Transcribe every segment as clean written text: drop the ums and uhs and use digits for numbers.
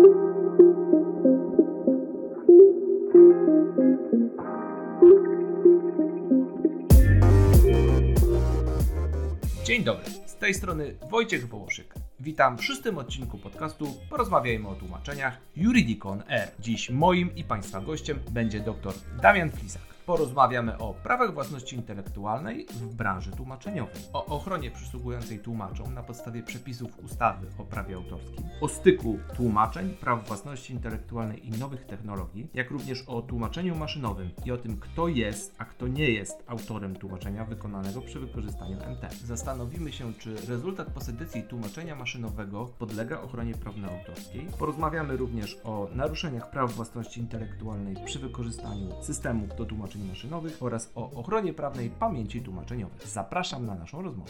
Dzień dobry, z tej strony Wojciech Wołoszyk. Witam w 6. odcinku podcastu Porozmawiajmy o tłumaczeniach Juridicon Air. Dziś moim i Państwa gościem będzie dr Damian Flisak. Porozmawiamy o prawach własności intelektualnej w branży tłumaczeniowej, o ochronie przysługującej tłumaczom na podstawie przepisów ustawy o prawie autorskim, o styku tłumaczeń, praw własności intelektualnej i nowych technologii, jak również o tłumaczeniu maszynowym i o tym, kto jest, a kto nie jest autorem tłumaczenia wykonanego przy wykorzystaniu MT. Zastanowimy się, czy rezultat po edycji tłumaczenia maszynowego podlega ochronie prawno-autorskiej. Porozmawiamy również o naruszeniach praw własności intelektualnej przy wykorzystaniu systemów do tłumaczeń maszynowych oraz o ochronie prawnej pamięci tłumaczeniowej. Zapraszam na naszą rozmowę.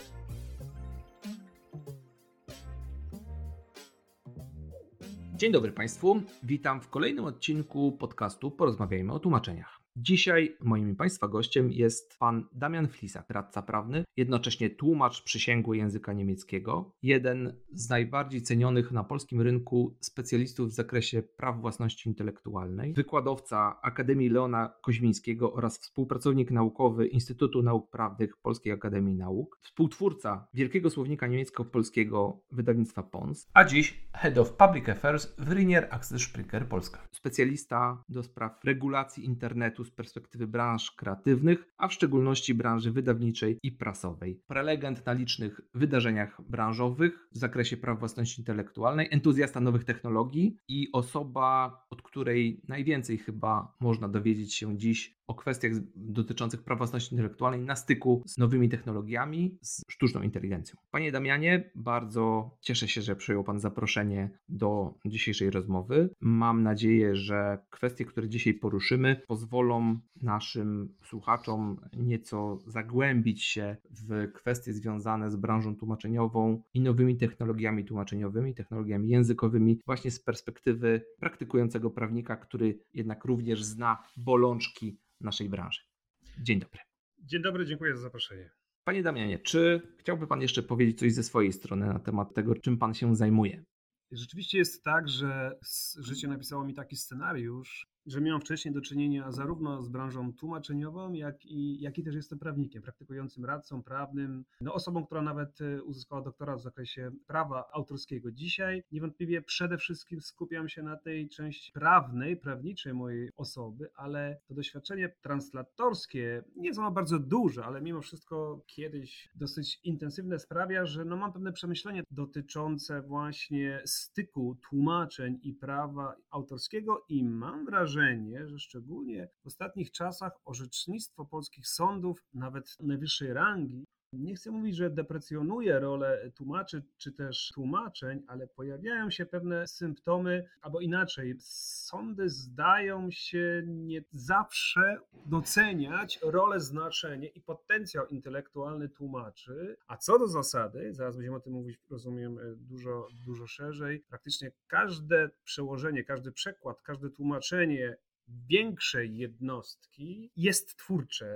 Dzień dobry Państwu, witam w kolejnym odcinku podcastu Porozmawiajmy o tłumaczeniach. Dzisiaj moim i Państwa gościem jest pan Damian Flisak, radca prawny, jednocześnie tłumacz przysięgły języka niemieckiego, jeden z najbardziej cenionych na polskim rynku specjalistów w zakresie praw własności intelektualnej, wykładowca Akademii Leona Koźmińskiego oraz współpracownik naukowy Instytutu Nauk Prawnych Polskiej Akademii Nauk, współtwórca Wielkiego Słownika Niemiecko-Polskiego wydawnictwa Pons, a dziś Head of Public Affairs w Rinier Axel Springer Polska. Specjalista do spraw regulacji internetu z perspektywy branż kreatywnych, a w szczególności branży wydawniczej i prasowej. Prelegent na licznych wydarzeniach branżowych w zakresie praw własności intelektualnej, entuzjasta nowych technologii i osoba, od której najwięcej chyba można dowiedzieć się dziś o kwestiach dotyczących praw własności intelektualnej na styku z nowymi technologiami, z sztuczną inteligencją. Panie Damianie, bardzo cieszę się, że przyjął Pan zaproszenie do dzisiejszej rozmowy. Mam nadzieję, że kwestie, które dzisiaj poruszymy, pozwolą naszym słuchaczom nieco zagłębić się w kwestie związane z branżą tłumaczeniową i nowymi technologiami tłumaczeniowymi, technologiami językowymi, właśnie z perspektywy praktykującego prawnika, który jednak również zna bolączki naszej branży. Dzień dobry. Dzień dobry, dziękuję za zaproszenie. Panie Damianie, czy chciałby Pan jeszcze powiedzieć coś ze swojej strony na temat tego, czym Pan się zajmuje? Rzeczywiście jest tak, że życie napisało mi taki scenariusz, że miałem wcześniej do czynienia zarówno z branżą tłumaczeniową, jak i też jestem prawnikiem, praktykującym radcą prawnym, osobą, która nawet uzyskała doktorat w zakresie prawa autorskiego. Dzisiaj niewątpliwie przede wszystkim skupiam się na tej części prawniczej mojej osoby, ale to doświadczenie translatorskie nie jest ono bardzo duże, ale mimo wszystko kiedyś dosyć intensywne sprawia, że mam pewne przemyślenie dotyczące właśnie styku tłumaczeń i prawa autorskiego i mam wrażenie, że szczególnie w ostatnich czasach orzecznictwo polskich sądów, nawet najwyższej rangi, nie chcę mówić, że deprecjonuje rolę tłumaczy czy też tłumaczeń, ale pojawiają się pewne symptomy, albo inaczej, sądy zdają się nie zawsze doceniać rolę, znaczenie i potencjał intelektualny tłumaczy, a co do zasady, zaraz będziemy o tym mówić, rozumiem, dużo szerzej, praktycznie każde przełożenie, każdy przekład, każde tłumaczenie większej jednostki jest twórcze,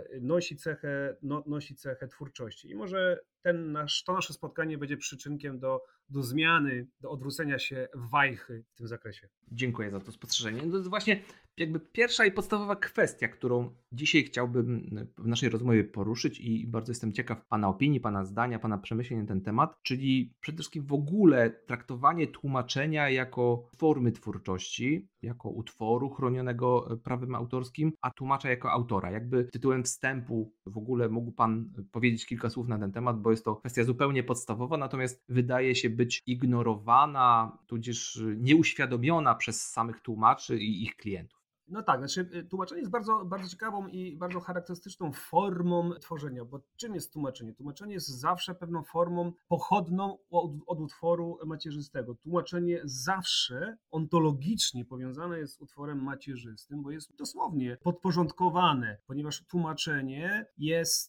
nosi cechę twórczości. I może to nasze spotkanie będzie przyczynkiem do zmiany, do odwrócenia się wajchy w tym zakresie. Dziękuję za to spostrzeżenie. To jest właśnie jakby pierwsza i podstawowa kwestia, którą dzisiaj chciałbym w naszej rozmowie poruszyć i bardzo jestem ciekaw Pana opinii, Pana zdania, Pana przemyśleń na ten temat, czyli przede wszystkim w ogóle traktowanie tłumaczenia jako formy twórczości, jako utworu chronionego prawem autorskim, a tłumacza jako autora. Jakby tytułem wstępu w ogóle mógł Pan powiedzieć kilka słów na ten temat, bo jest to kwestia zupełnie podstawowa, natomiast wydaje się być ignorowana, tudzież nieuświadomiona przez samych tłumaczy i ich klientów. No tak, tłumaczenie jest bardzo, bardzo ciekawą i bardzo charakterystyczną formą tworzenia, bo czym jest tłumaczenie? Tłumaczenie jest zawsze pewną formą pochodną od utworu macierzystego. Tłumaczenie zawsze ontologicznie powiązane jest z utworem macierzystym, bo jest dosłownie podporządkowane, ponieważ tłumaczenie jest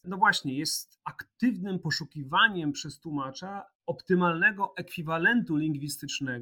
aktywnym poszukiwaniem przez tłumacza optymalnego ekwiwalentu lingwistycznego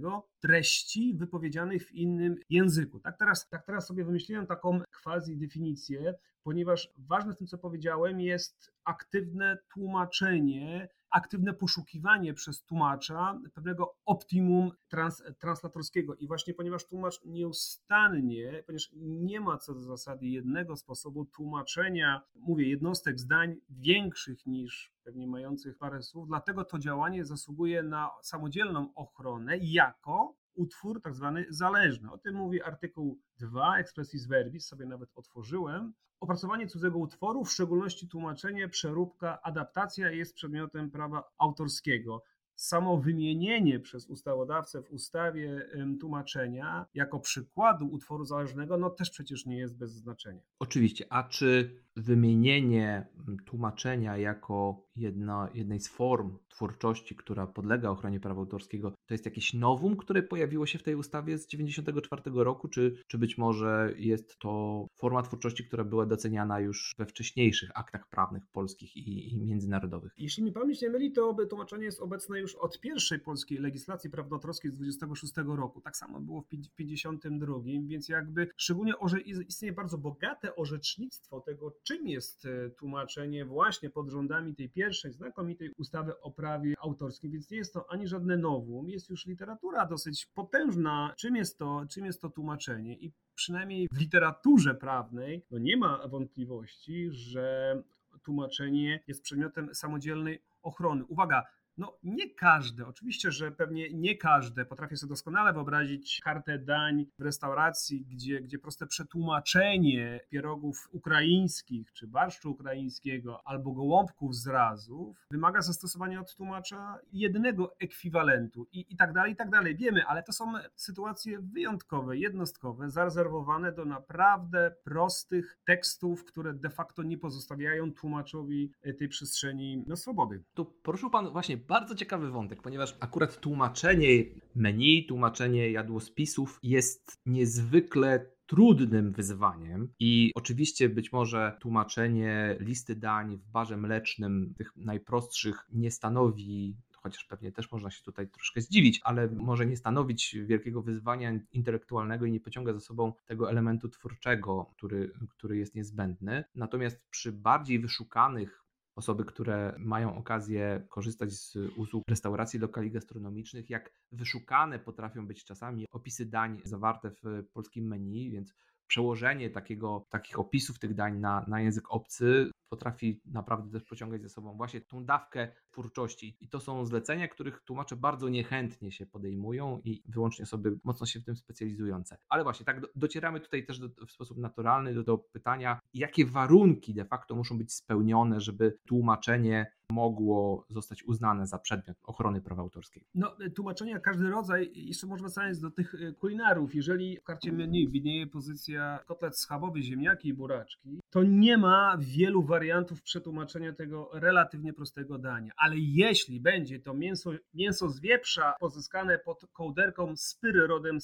treści wypowiedzianych w innym języku. Tak teraz sobie wymyśliłem taką quasi definicję, ponieważ ważne w tym, co powiedziałem, jest aktywne tłumaczenie, aktywne poszukiwanie przez tłumacza pewnego optimum translatorskiego. I właśnie ponieważ tłumacz nieustannie, ponieważ nie ma co do zasady jednego sposobu tłumaczenia, mówię, jednostek zdań większych niż pewnie mających parę słów, dlatego to działanie zasługuje na samodzielną ochronę jako utwór tak zwany zależny. O tym mówi artykuł 2 expressis verbis, sobie nawet otworzyłem. Opracowanie cudzego utworu, w szczególności tłumaczenie, przeróbka, adaptacja jest przedmiotem prawa autorskiego. Samo wymienienie przez ustawodawcę w ustawie tłumaczenia jako przykładu utworu zależnego, no też przecież nie jest bez znaczenia. Oczywiście, a czy wymienienie tłumaczenia jako jednej z form twórczości, która podlega ochronie prawa autorskiego, to jest jakieś nowum, które pojawiło się w tej ustawie z 1994 roku, czy być może jest to forma twórczości, która była doceniana już we wcześniejszych aktach prawnych polskich i międzynarodowych? Jeśli mi pamięć nie myli, to tłumaczenie jest obecne już od pierwszej polskiej legislacji prawnoautorskiej z 26 roku. Tak samo było w 52, więc jakby szczególnie istnieje bardzo bogate orzecznictwo tego, czym jest tłumaczenie właśnie pod rządami tej pierwszej znakomitej ustawy o prawie autorskim, więc nie jest to ani żadne nowum, jest już literatura dosyć potężna, czym jest to tłumaczenie i przynajmniej w literaturze prawnej no nie ma wątpliwości, że tłumaczenie jest przedmiotem samodzielnej ochrony. Uwaga, no nie każde, oczywiście, że pewnie nie każde, potrafię sobie doskonale wyobrazić kartę dań w restauracji, gdzie proste przetłumaczenie pierogów ukraińskich, czy barszczu ukraińskiego, albo gołąbków z razów wymaga zastosowania od tłumacza jednego ekwiwalentu i tak dalej, i tak dalej. Wiemy, ale to są sytuacje wyjątkowe, jednostkowe, zarezerwowane do naprawdę prostych tekstów, które de facto nie pozostawiają tłumaczowi tej przestrzeni swobody. Tu poruszył Pan właśnie bardzo ciekawy wątek, ponieważ akurat tłumaczenie menu, tłumaczenie jadłospisów jest niezwykle trudnym wyzwaniem i oczywiście być może tłumaczenie listy dań w barze mlecznym, tych najprostszych, nie stanowi, chociaż pewnie też można się tutaj troszkę zdziwić, ale może nie stanowić wielkiego wyzwania intelektualnego i nie pociąga za sobą tego elementu twórczego, który jest niezbędny. Natomiast przy bardziej wyszukanych osoby, które mają okazję korzystać z usług restauracji, lokali gastronomicznych, jak wyszukane potrafią być czasami opisy dań zawarte w polskim menu, więc przełożenie takich opisów tych dań na język obcy potrafi naprawdę też pociągać ze sobą właśnie tą dawkę twórczości. I to są zlecenia, których tłumacze bardzo niechętnie się podejmują i wyłącznie osoby mocno się w tym specjalizujące. Ale właśnie tak docieramy tutaj też w sposób naturalny do pytania, jakie warunki de facto muszą być spełnione, żeby tłumaczenie mogło zostać uznane za przedmiot ochrony praw autorskich. No, tłumaczenia każdy rodzaj, jeszcze może wracając do tych kulinarów, jeżeli w karcie menu widnieje pozycja kotlet schabowy, ziemniaki i buraczki, to nie ma wielu wariantów przetłumaczenia tego relatywnie prostego dania, ale jeśli będzie to mięso z wieprza pozyskane pod kołderką spyry rodem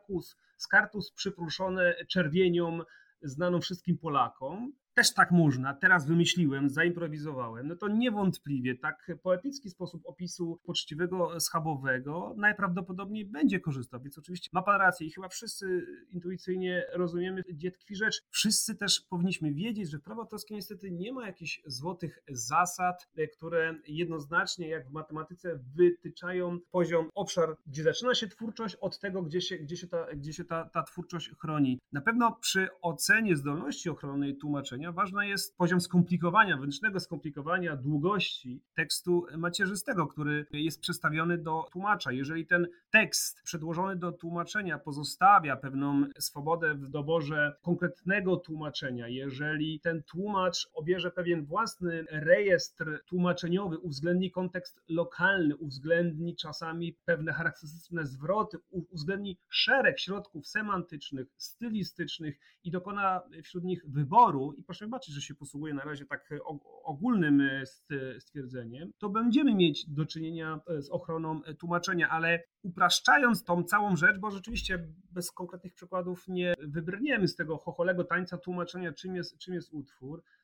scartus przypruszone czerwienią znaną wszystkim Polakom, też tak można, teraz wymyśliłem, zaimprowizowałem, no to niewątpliwie tak poetycki sposób opisu poczciwego schabowego najprawdopodobniej będzie korzystał, więc oczywiście ma Pan rację i chyba wszyscy intuicyjnie rozumiemy, gdzie tkwi rzecz. Wszyscy też powinniśmy wiedzieć, że w prawie autorskim niestety nie ma jakichś złotych zasad, które jednoznacznie jak w matematyce wytyczają obszar, gdzie zaczyna się twórczość od tego, gdzie się ta twórczość chroni. Na pewno przy ocenie zdolności ochronnej tłumaczenia ważny jest poziom skomplikowania, wewnętrznego skomplikowania, długości tekstu macierzystego, który jest przedstawiony do tłumacza. Jeżeli ten tekst przedłożony do tłumaczenia pozostawia pewną swobodę w doborze konkretnego tłumaczenia, jeżeli ten tłumacz obierze pewien własny rejestr tłumaczeniowy, uwzględni kontekst lokalny, uwzględni czasami pewne charakterystyczne zwroty, uwzględni szereg środków semantycznych, stylistycznych i dokona wśród nich wyboru, i proszę wybaczyć, że się posługuję na razie tak ogólnym stwierdzeniem, to będziemy mieć do czynienia z ochroną tłumaczenia, ale upraszczając tą całą rzecz, bo rzeczywiście bez konkretnych przykładów nie wybrniemy z tego chocholego tańca tłumaczenia, czym jest utwór,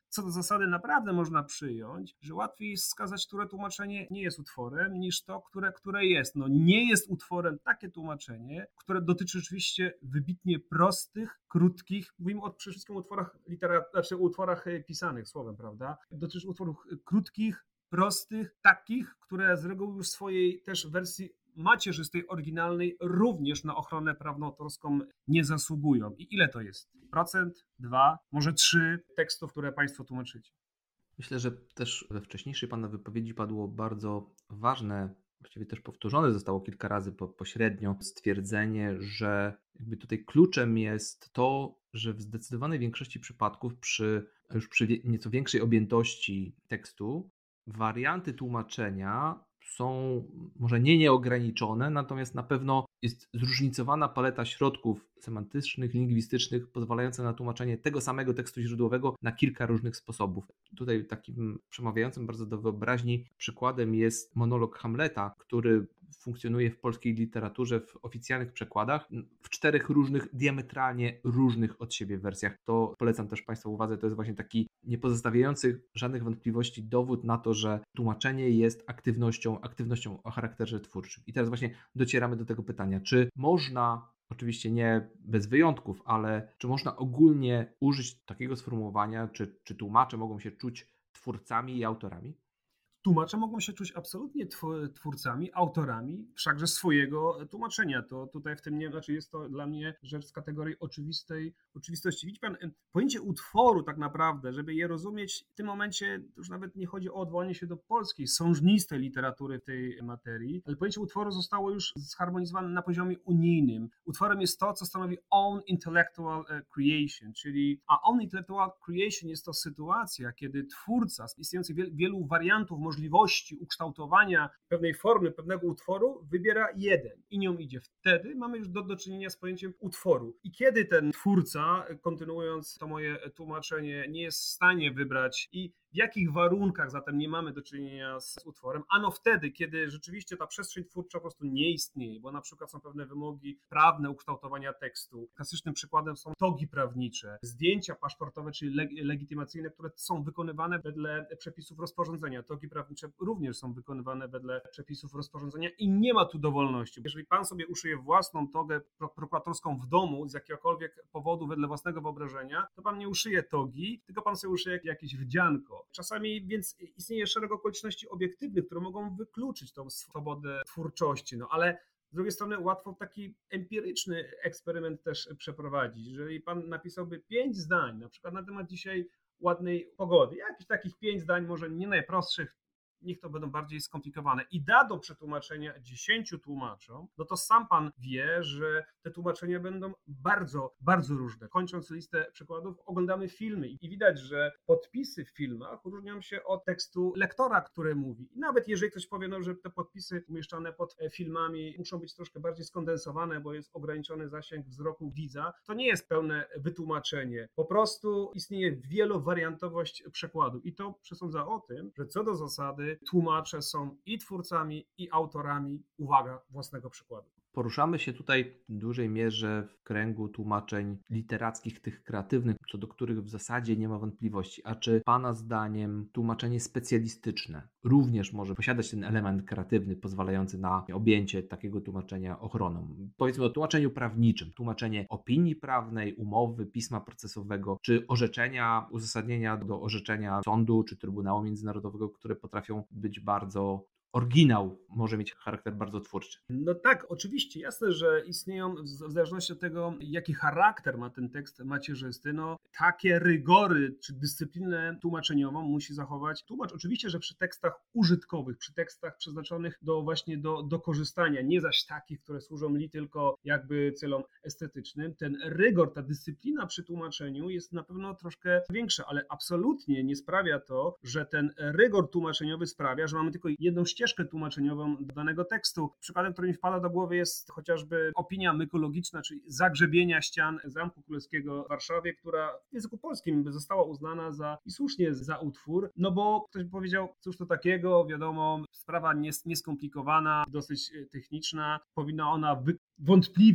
co do zasady naprawdę można przyjąć, że łatwiej jest wskazać, które tłumaczenie nie jest utworem, niż to, które jest. No nie jest utworem takie tłumaczenie, które dotyczy oczywiście wybitnie prostych, krótkich, mówimy przede wszystkim o utworach utworach pisanych słowem, prawda? Dotyczy utworów krótkich, prostych, takich, które z reguły już w swojej też wersji macierzystej, oryginalnej również na ochronę prawnoautorską nie zasługują. I ile to jest? Procent, 2, może 3 tekstów, które Państwo tłumaczycie? Myślę, że też we wcześniejszej Pana wypowiedzi padło bardzo ważne, właściwie też powtórzone zostało kilka razy pośrednio stwierdzenie, że jakby tutaj kluczem jest to, że w zdecydowanej większości przypadków przy nieco większej objętości tekstu warianty tłumaczenia są może nie nieograniczone, natomiast na pewno jest zróżnicowana paleta środków semantycznych, lingwistycznych, pozwalająca na tłumaczenie tego samego tekstu źródłowego na kilka różnych sposobów. Tutaj takim przemawiającym bardzo do wyobraźni przykładem jest monolog Hamleta, który funkcjonuje w polskiej literaturze w oficjalnych przekładach w 4 różnych, diametralnie różnych od siebie wersjach. To polecam też Państwa uwadze, to jest właśnie taki nie pozostawiający żadnych wątpliwości dowód na to, że tłumaczenie jest aktywnością o charakterze twórczym. I teraz właśnie docieramy do tego pytania, czy można, oczywiście nie bez wyjątków, ale czy można ogólnie użyć takiego sformułowania, czy tłumacze mogą się czuć twórcami i autorami? Tłumacze mogą się czuć absolutnie twórcami, autorami wszakże swojego tłumaczenia. To tutaj w tym nie, znaczy jest to dla mnie rzecz z kategorii oczywistości. Widzi Pan, pojęcie utworu tak naprawdę, żeby je rozumieć w tym momencie, to już nawet nie chodzi o odwołanie się do polskiej, sążnistej literatury w tej materii, ale pojęcie utworu zostało już zharmonizowane na poziomie unijnym. Utworem jest to, co stanowi own intellectual creation, a own intellectual creation jest to sytuacja, kiedy twórca z istniejących wielu wariantów możliwości ukształtowania pewnej formy, pewnego utworu, wybiera jeden i nią idzie. Wtedy mamy już do czynienia z pojęciem utworu. I kiedy ten twórca, kontynuując to moje tłumaczenie, nie jest w stanie wybrać i w jakich warunkach zatem nie mamy do czynienia z utworem? Ano wtedy, kiedy rzeczywiście ta przestrzeń twórcza po prostu nie istnieje, bo na przykład są pewne wymogi prawne ukształtowania tekstu. Klasycznym przykładem są togi prawnicze, zdjęcia paszportowe, czyli legitymacyjne, które są wykonywane wedle przepisów rozporządzenia. Togi prawnicze również są wykonywane wedle przepisów rozporządzenia i nie ma tu dowolności. Jeżeli pan sobie uszyje własną togę prokuratorską w domu z jakiegokolwiek powodu wedle własnego wyobrażenia, to pan nie uszyje togi, tylko pan sobie uszyje jakieś wdzianko. Czasami więc istnieje szereg okoliczności obiektywnych, które mogą wykluczyć tą swobodę twórczości, ale z drugiej strony łatwo taki empiryczny eksperyment też przeprowadzić. Jeżeli pan napisałby 5 zdań, na przykład na temat dzisiaj ładnej pogody, jakichś takich 5 zdań, może nie najprostszych, niech to będą bardziej skomplikowane i da do przetłumaczenia 10 tłumaczom, to sam pan wie, że te tłumaczenia będą bardzo, bardzo różne. Kończąc listę przykładów, oglądamy filmy i widać, że podpisy w filmach różnią się od tekstu lektora, który mówi. I nawet jeżeli ktoś powie, że te podpisy umieszczane pod filmami muszą być troszkę bardziej skondensowane, bo jest ograniczony zasięg wzroku widza, to nie jest pełne wytłumaczenie. Po prostu istnieje wielowariantowość przekładu i to przesądza o tym, że co do zasady tłumacze są i twórcami, i autorami, uwaga, własnego przykładu. Poruszamy się tutaj w dużej mierze w kręgu tłumaczeń literackich, tych kreatywnych, co do których w zasadzie nie ma wątpliwości. A czy Pana zdaniem tłumaczenie specjalistyczne również może posiadać ten element kreatywny pozwalający na objęcie takiego tłumaczenia ochroną? Powiedzmy o tłumaczeniu prawniczym, tłumaczenie opinii prawnej, umowy, pisma procesowego, czy orzeczenia, uzasadnienia do orzeczenia sądu czy Trybunału Międzynarodowego, które potrafią być bardzo... Oryginał może mieć charakter bardzo twórczy. Tak, oczywiście, jasne, że istnieją w zależności od tego, jaki charakter ma ten tekst macierzysty, takie rygory czy dyscyplinę tłumaczeniową musi zachować tłumacz. Oczywiście, że przy tekstach użytkowych, przy tekstach przeznaczonych właśnie do korzystania, nie zaś takich, które służą tylko jakby celom estetycznym, ten rygor, ta dyscyplina przy tłumaczeniu jest na pewno troszkę większa, ale absolutnie nie sprawia to, że ten rygor tłumaczeniowy sprawia, że mamy tylko jedną ścieżkę tłumaczeniową do danego tekstu. Przykładem, który mi wpada do głowy, jest chociażby opinia mykologiczna, czyli zagrzebienia ścian Zamku Królewskiego w Warszawie, która w języku polskim została uznana i słusznie za utwór, bo ktoś by powiedział, cóż to takiego, wiadomo, sprawa nieskomplikowana, dosyć techniczna, powinna ona wątpliwie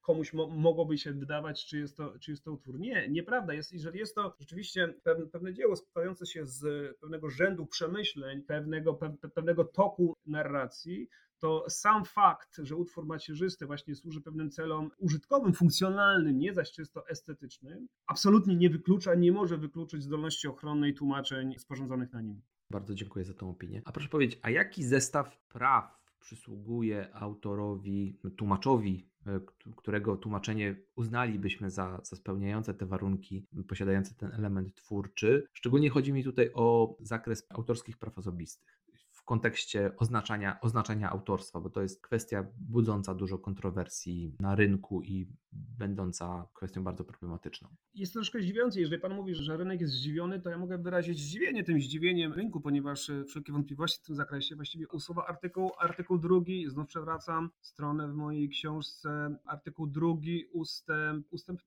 komuś mogłoby się wydawać, czy jest to utwór. Nie, nieprawda jest. Jeżeli jest to rzeczywiście pewne dzieło składające się z pewnego rzędu przemyśleń, pewnego toku narracji, to sam fakt, że utwór macierzysty właśnie służy pewnym celom użytkowym, funkcjonalnym, nie zaś czysto estetycznym, absolutnie nie wyklucza, nie może wykluczyć zdolności ochronnej tłumaczeń sporządzonych na nim. Bardzo dziękuję za tą opinię. A proszę powiedzieć, a jaki zestaw praw przysługuje autorowi, tłumaczowi, którego tłumaczenie uznalibyśmy za spełniające te warunki, posiadające ten element twórczy? Szczególnie chodzi mi tutaj o zakres autorskich praw osobistych w kontekście oznaczania autorstwa, bo to jest kwestia budząca dużo kontrowersji na rynku i będąca kwestią bardzo problematyczną. Jest to troszkę zdziwiające. Jeżeli pan mówi, że rynek jest zdziwiony, to ja mogę wyrazić zdziwienie tym zdziwieniem rynku, ponieważ wszelkie wątpliwości w tym zakresie właściwie usuwa artykuł 2, znów przewracam stronę w mojej książce, artykuł 2, ustęp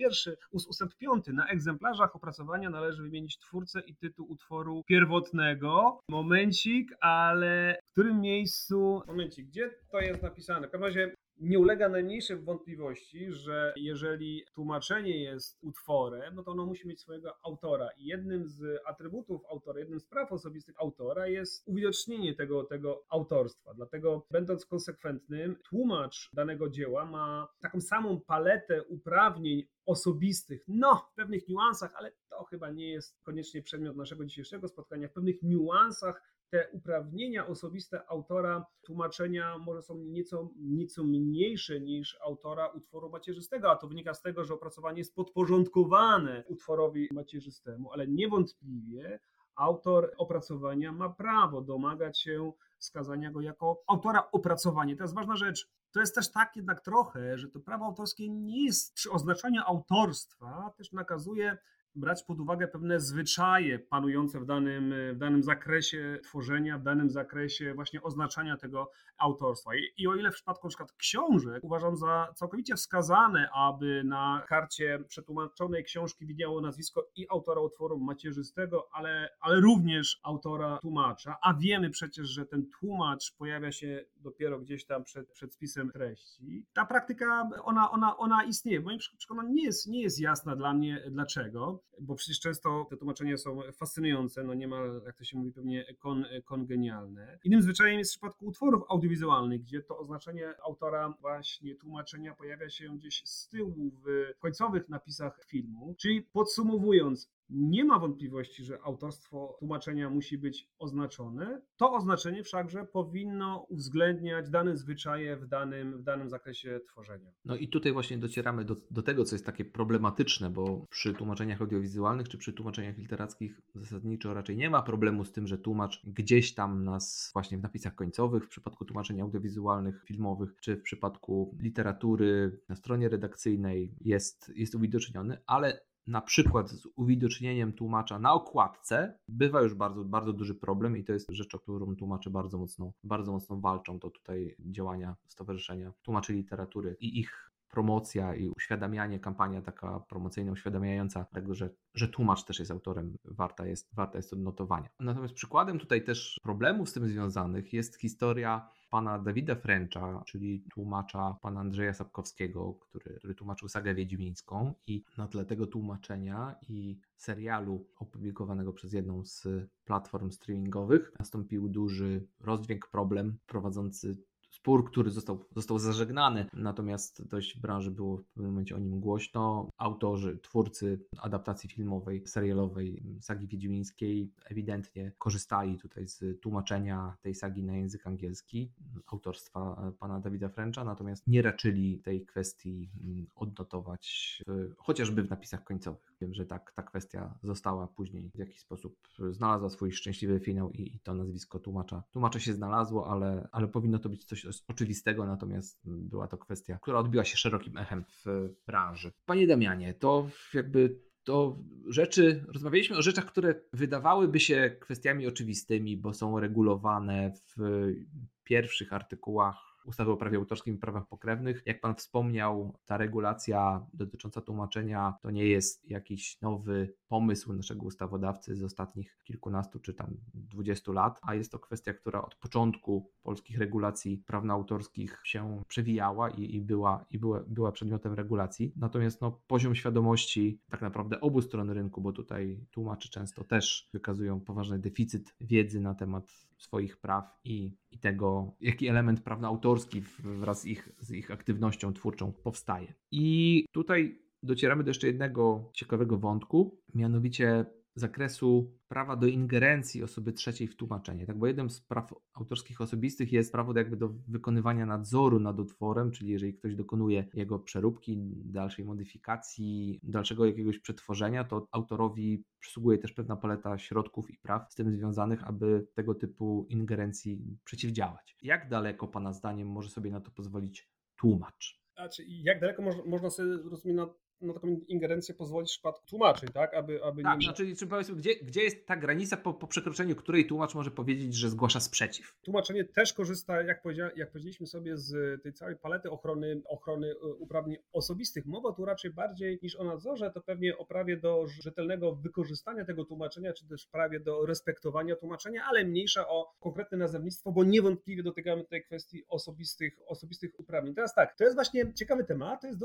5. Na egzemplarzach opracowania należy wymienić twórcę i tytuł utworu pierwotnego. Momencik, ale w którym miejscu... Momencik, gdzie to jest napisane? W każdym razie nie ulega najmniejszej wątpliwości, że jeżeli tłumaczenie jest utworem, no to ono musi mieć swojego autora. I jednym z atrybutów autora, jednym z praw osobistych autora jest uwidocznienie tego autorstwa. Dlatego, będąc konsekwentnym, tłumacz danego dzieła ma taką samą paletę uprawnień osobistych, no w pewnych niuansach, ale to chyba nie jest koniecznie przedmiot naszego dzisiejszego spotkania. W pewnych niuansach te uprawnienia osobiste autora tłumaczenia może są nieco mniejsze niż autora utworu macierzystego, a to wynika z tego, że opracowanie jest podporządkowane utworowi macierzystemu, ale niewątpliwie autor opracowania ma prawo domagać się wskazania go jako autora opracowania. To jest ważna rzecz. To jest też tak jednak trochę, że to prawo autorskie nie jest przy oznaczaniu autorstwa, też nakazuje brać pod uwagę pewne zwyczaje panujące w danym zakresie tworzenia, w danym zakresie właśnie oznaczania tego autorstwa. I o ile w przypadku na przykład książek uważam za całkowicie wskazane, aby na karcie przetłumaczonej książki widniało nazwisko i autora utworu macierzystego, ale również autora tłumacza, a wiemy przecież, że ten tłumacz pojawia się dopiero gdzieś tam przed spisem treści. Ta praktyka, ona istnieje. W moim przekonaniu nie jest jasna dla mnie dlaczego, bo przecież często te tłumaczenia są fascynujące, no niemal, jak to się mówi, pewnie kongenialne. Innym zwyczajem jest w przypadku utworów audiowizualnych, gdzie to oznaczenie autora właśnie tłumaczenia pojawia się gdzieś z tyłu w końcowych napisach filmu. Czyli podsumowując, nie ma wątpliwości, że autorstwo tłumaczenia musi być oznaczone. To oznaczenie wszakże powinno uwzględniać dane zwyczaje w danym zakresie tworzenia. No i tutaj właśnie docieramy do tego, co jest takie problematyczne, bo przy tłumaczeniach audiowizualnych czy przy tłumaczeniach literackich zasadniczo raczej nie ma problemu z tym, że tłumacz gdzieś tam nas właśnie w napisach końcowych, w przypadku tłumaczeń audiowizualnych, filmowych, czy w przypadku literatury na stronie redakcyjnej jest uwidoczniony, ale na przykład z uwidocznieniem tłumacza na okładce bywa już bardzo, bardzo duży problem i to jest rzecz, o którą tłumacze bardzo mocno walczą. To tutaj działania Stowarzyszenia Tłumaczy Literatury i ich promocja i uświadamianie, kampania taka promocyjna, uświadamiająca tego, że tłumacz też jest autorem, warta jest odnotowania. Natomiast przykładem tutaj też problemów z tym związanych jest historia pana Dawida Frencha, czyli tłumacza pana Andrzeja Sapkowskiego, który tłumaczył sagę wiedźmińską i na tle tego tłumaczenia i serialu opublikowanego przez jedną z platform streamingowych nastąpił duży rozdźwięk, problem prowadzący spór, który został zażegnany, natomiast dość w branży było w pewnym momencie o nim głośno. Autorzy, twórcy adaptacji filmowej, serialowej sagi wiedźmińskiej ewidentnie korzystali tutaj z tłumaczenia tej sagi na język angielski autorstwa pana Dawida Frencha, natomiast nie raczyli tej kwestii odnotować chociażby w napisach końcowych. Wiem, że ta kwestia została później w jakiś sposób znalazła swój szczęśliwy finał i to nazwisko tłumacza się znalazło, ale powinno to być coś oczywistego, natomiast była to kwestia, która odbiła się szerokim echem w branży. Panie Damianie, rozmawialiśmy o rzeczach, które wydawałyby się kwestiami oczywistymi, bo są regulowane w pierwszych artykułach ustawy o prawie autorskim i prawach pokrewnych. Jak pan wspomniał, ta regulacja dotycząca tłumaczenia to nie jest jakiś nowy pomysł naszego ustawodawcy z ostatnich kilkunastu czy tam 20 lat, a jest to kwestia, która od początku polskich regulacji prawnoautorskich się przewijała i była przedmiotem regulacji. Natomiast poziom świadomości tak naprawdę obu stron rynku, bo tutaj tłumacze często też wykazują poważny deficyt wiedzy na temat swoich praw i tego, jaki element prawnoautorski wraz z ich aktywnością twórczą powstaje. I tutaj docieramy do jeszcze jednego ciekawego wątku, mianowicie zakresu prawa do ingerencji osoby trzeciej w tłumaczenie. Tak, bo jednym z praw autorskich osobistych jest prawo do wykonywania nadzoru nad utworem, czyli jeżeli ktoś dokonuje jego przeróbki, dalszej modyfikacji, dalszego jakiegoś przetworzenia, to autorowi przysługuje też pewna paleta środków i praw z tym związanych, aby tego typu ingerencji przeciwdziałać. Jak daleko Pana zdaniem może sobie na to pozwolić tłumacz? Znaczy, jak daleko można sobie, rozumiem, na taką ingerencję pozwolić w przypadku tłumaczeń, tak? Aby tak, nie... znaczy, czy powiedzmy, gdzie jest ta granica, po przekroczeniu której tłumacz może powiedzieć, że zgłasza sprzeciw? Tłumaczenie też korzysta, jak powiedzieliśmy sobie, z tej całej palety ochrony uprawnień osobistych. Mowa tu raczej bardziej niż o nadzorze, to pewnie o prawie do rzetelnego wykorzystania tego tłumaczenia, czy też prawie do respektowania tłumaczenia, ale mniejsza o konkretne nazewnictwo, bo niewątpliwie dotykamy tutaj kwestii osobistych uprawnień. Teraz tak, to jest właśnie ciekawy temat, to jest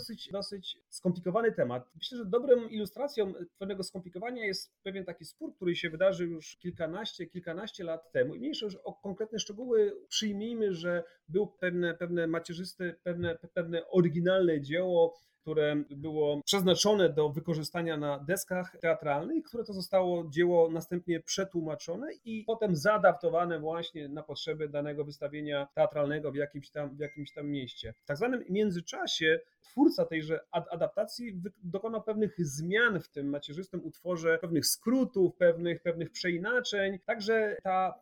dosyć skomplikowany temat. Myślę, że dobrą ilustracją pewnego skomplikowania jest pewien taki spór, który się wydarzył już kilkanaście lat temu. I mniejsza już o konkretne szczegóły, przyjmijmy, że było pewne macierzyste, pewne oryginalne dzieło, które było przeznaczone do wykorzystania na deskach teatralnych, które to zostało dzieło następnie przetłumaczone i potem zaadaptowane właśnie na potrzeby danego wystawienia teatralnego w jakimś tam mieście. W tak zwanym międzyczasie twórca tejże adaptacji dokonał pewnych zmian w tym macierzystym utworze, pewnych skrótów, pewnych przeinaczeń, także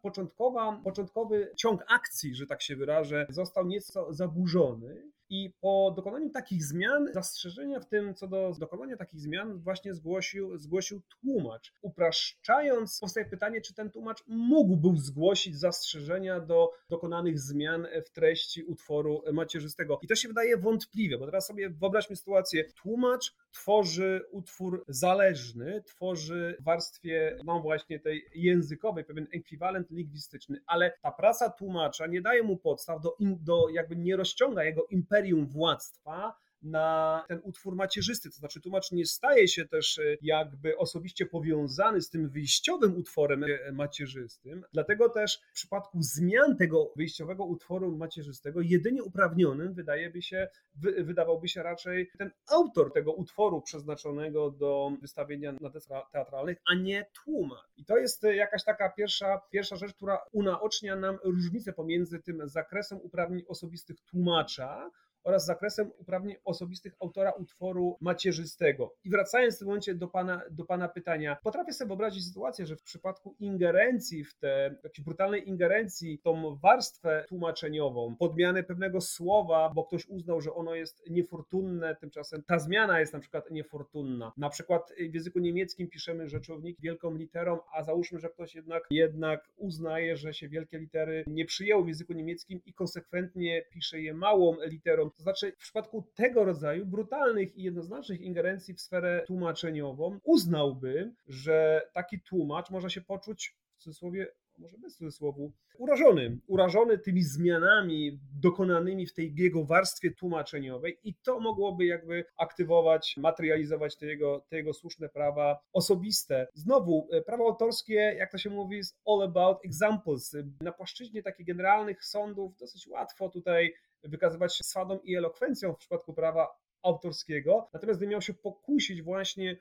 początkowy ciąg akcji, że tak się wyrażę, został nieco zaburzony. I po dokonaniu takich zmian, zastrzeżenia w tym co do dokonania takich zmian właśnie zgłosił tłumacz. Upraszczając, powstaje pytanie, czy ten tłumacz mógłby zgłosić zastrzeżenia do dokonanych zmian w treści utworu macierzystego. I to się wydaje wątpliwe, bo teraz sobie wyobraźmy sytuację. Tłumacz tworzy utwór zależny, tworzy w warstwie właśnie tej językowej pewien ekwiwalent lingwistyczny, ale ta praca tłumacza nie daje mu podstaw do jakby nie rozciąga jego imperium władztwa na ten utwór macierzysty, to znaczy tłumacz nie staje się też jakby osobiście powiązany z tym wyjściowym utworem macierzystym, dlatego też w przypadku zmian tego wyjściowego utworu macierzystego jedynie uprawnionym wydawałby się raczej ten autor tego utworu przeznaczonego do wystawienia na deskach teatralnych, a nie tłumacz. I to jest jakaś taka pierwsza rzecz, która unaocznia nam różnicę pomiędzy tym zakresem uprawnień osobistych tłumacza oraz zakresem uprawnień osobistych autora utworu macierzystego. I wracając w tym momencie do pana pytania, potrafię sobie wyobrazić sytuację, że w przypadku ingerencji jakiejś brutalnej ingerencji w tą warstwę tłumaczeniową, podmiany pewnego słowa, bo ktoś uznał, że ono jest niefortunne, tymczasem ta zmiana jest na przykład niefortunna. Na przykład w języku niemieckim piszemy rzeczownik wielką literą, a załóżmy, że ktoś jednak uznaje, że się wielkie litery nie przyjęło w języku niemieckim i konsekwentnie pisze je małą literą. To znaczy w przypadku tego rodzaju brutalnych i jednoznacznych ingerencji w sferę tłumaczeniową uznałbym, że taki tłumacz może się poczuć w cudzysłowie, może bez cudzysłowu, urażony tymi zmianami dokonanymi w tej jego warstwie tłumaczeniowej i to mogłoby jakby aktywować, materializować te jego słuszne prawa osobiste. Znowu, prawo autorskie, jak to się mówi, jest all about examples. Na płaszczyźnie takich generalnych sądów dosyć łatwo tutaj wykazywać się swadą i elokwencją w przypadku prawa autorskiego, natomiast gdy miał się pokusić właśnie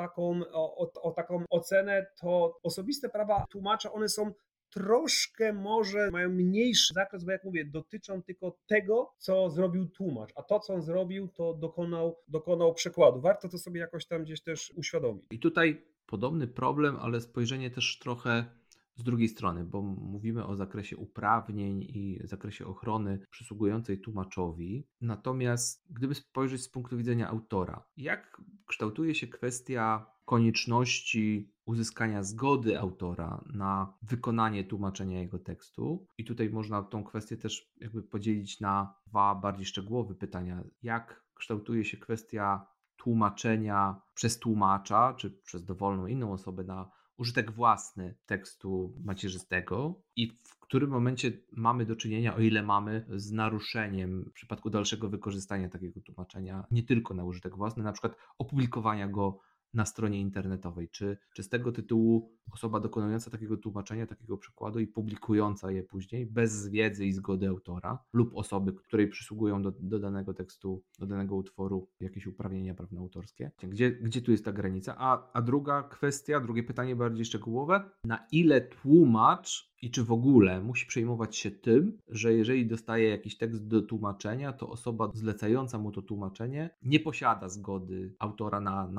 o taką ocenę, to osobiste prawa tłumacza, one są troszkę może mają mniejszy zakres, bo jak mówię, dotyczą tylko tego, co zrobił tłumacz, a to, co on zrobił, to dokonał przekładu. Warto to sobie jakoś tam gdzieś też uświadomić. I tutaj podobny problem, ale spojrzenie też trochę z drugiej strony, bo mówimy o zakresie uprawnień i zakresie ochrony przysługującej tłumaczowi. Natomiast gdyby spojrzeć z punktu widzenia autora, jak kształtuje się kwestia konieczności uzyskania zgody autora na wykonanie tłumaczenia jego tekstu? I tutaj można tą kwestię też jakby podzielić na dwa bardziej szczegółowe pytania. Jak kształtuje się kwestia tłumaczenia przez tłumacza, czy przez dowolną inną osobę na użytek własny tekstu macierzystego i w którym momencie mamy do czynienia, o ile mamy, z naruszeniem w przypadku dalszego wykorzystania takiego tłumaczenia, nie tylko na użytek własny, na przykład opublikowania go na stronie internetowej. Czy z tego tytułu osoba dokonująca takiego tłumaczenia, takiego przekładu i publikująca je później bez wiedzy i zgody autora lub osoby, której przysługują do danego tekstu, do danego utworu jakieś uprawnienia prawnoautorskie? Gdzie tu jest ta granica? A druga kwestia, drugie pytanie bardziej szczegółowe. Na ile tłumacz i czy w ogóle musi przejmować się tym, że jeżeli dostaje jakiś tekst do tłumaczenia, to osoba zlecająca mu to tłumaczenie nie posiada zgody autora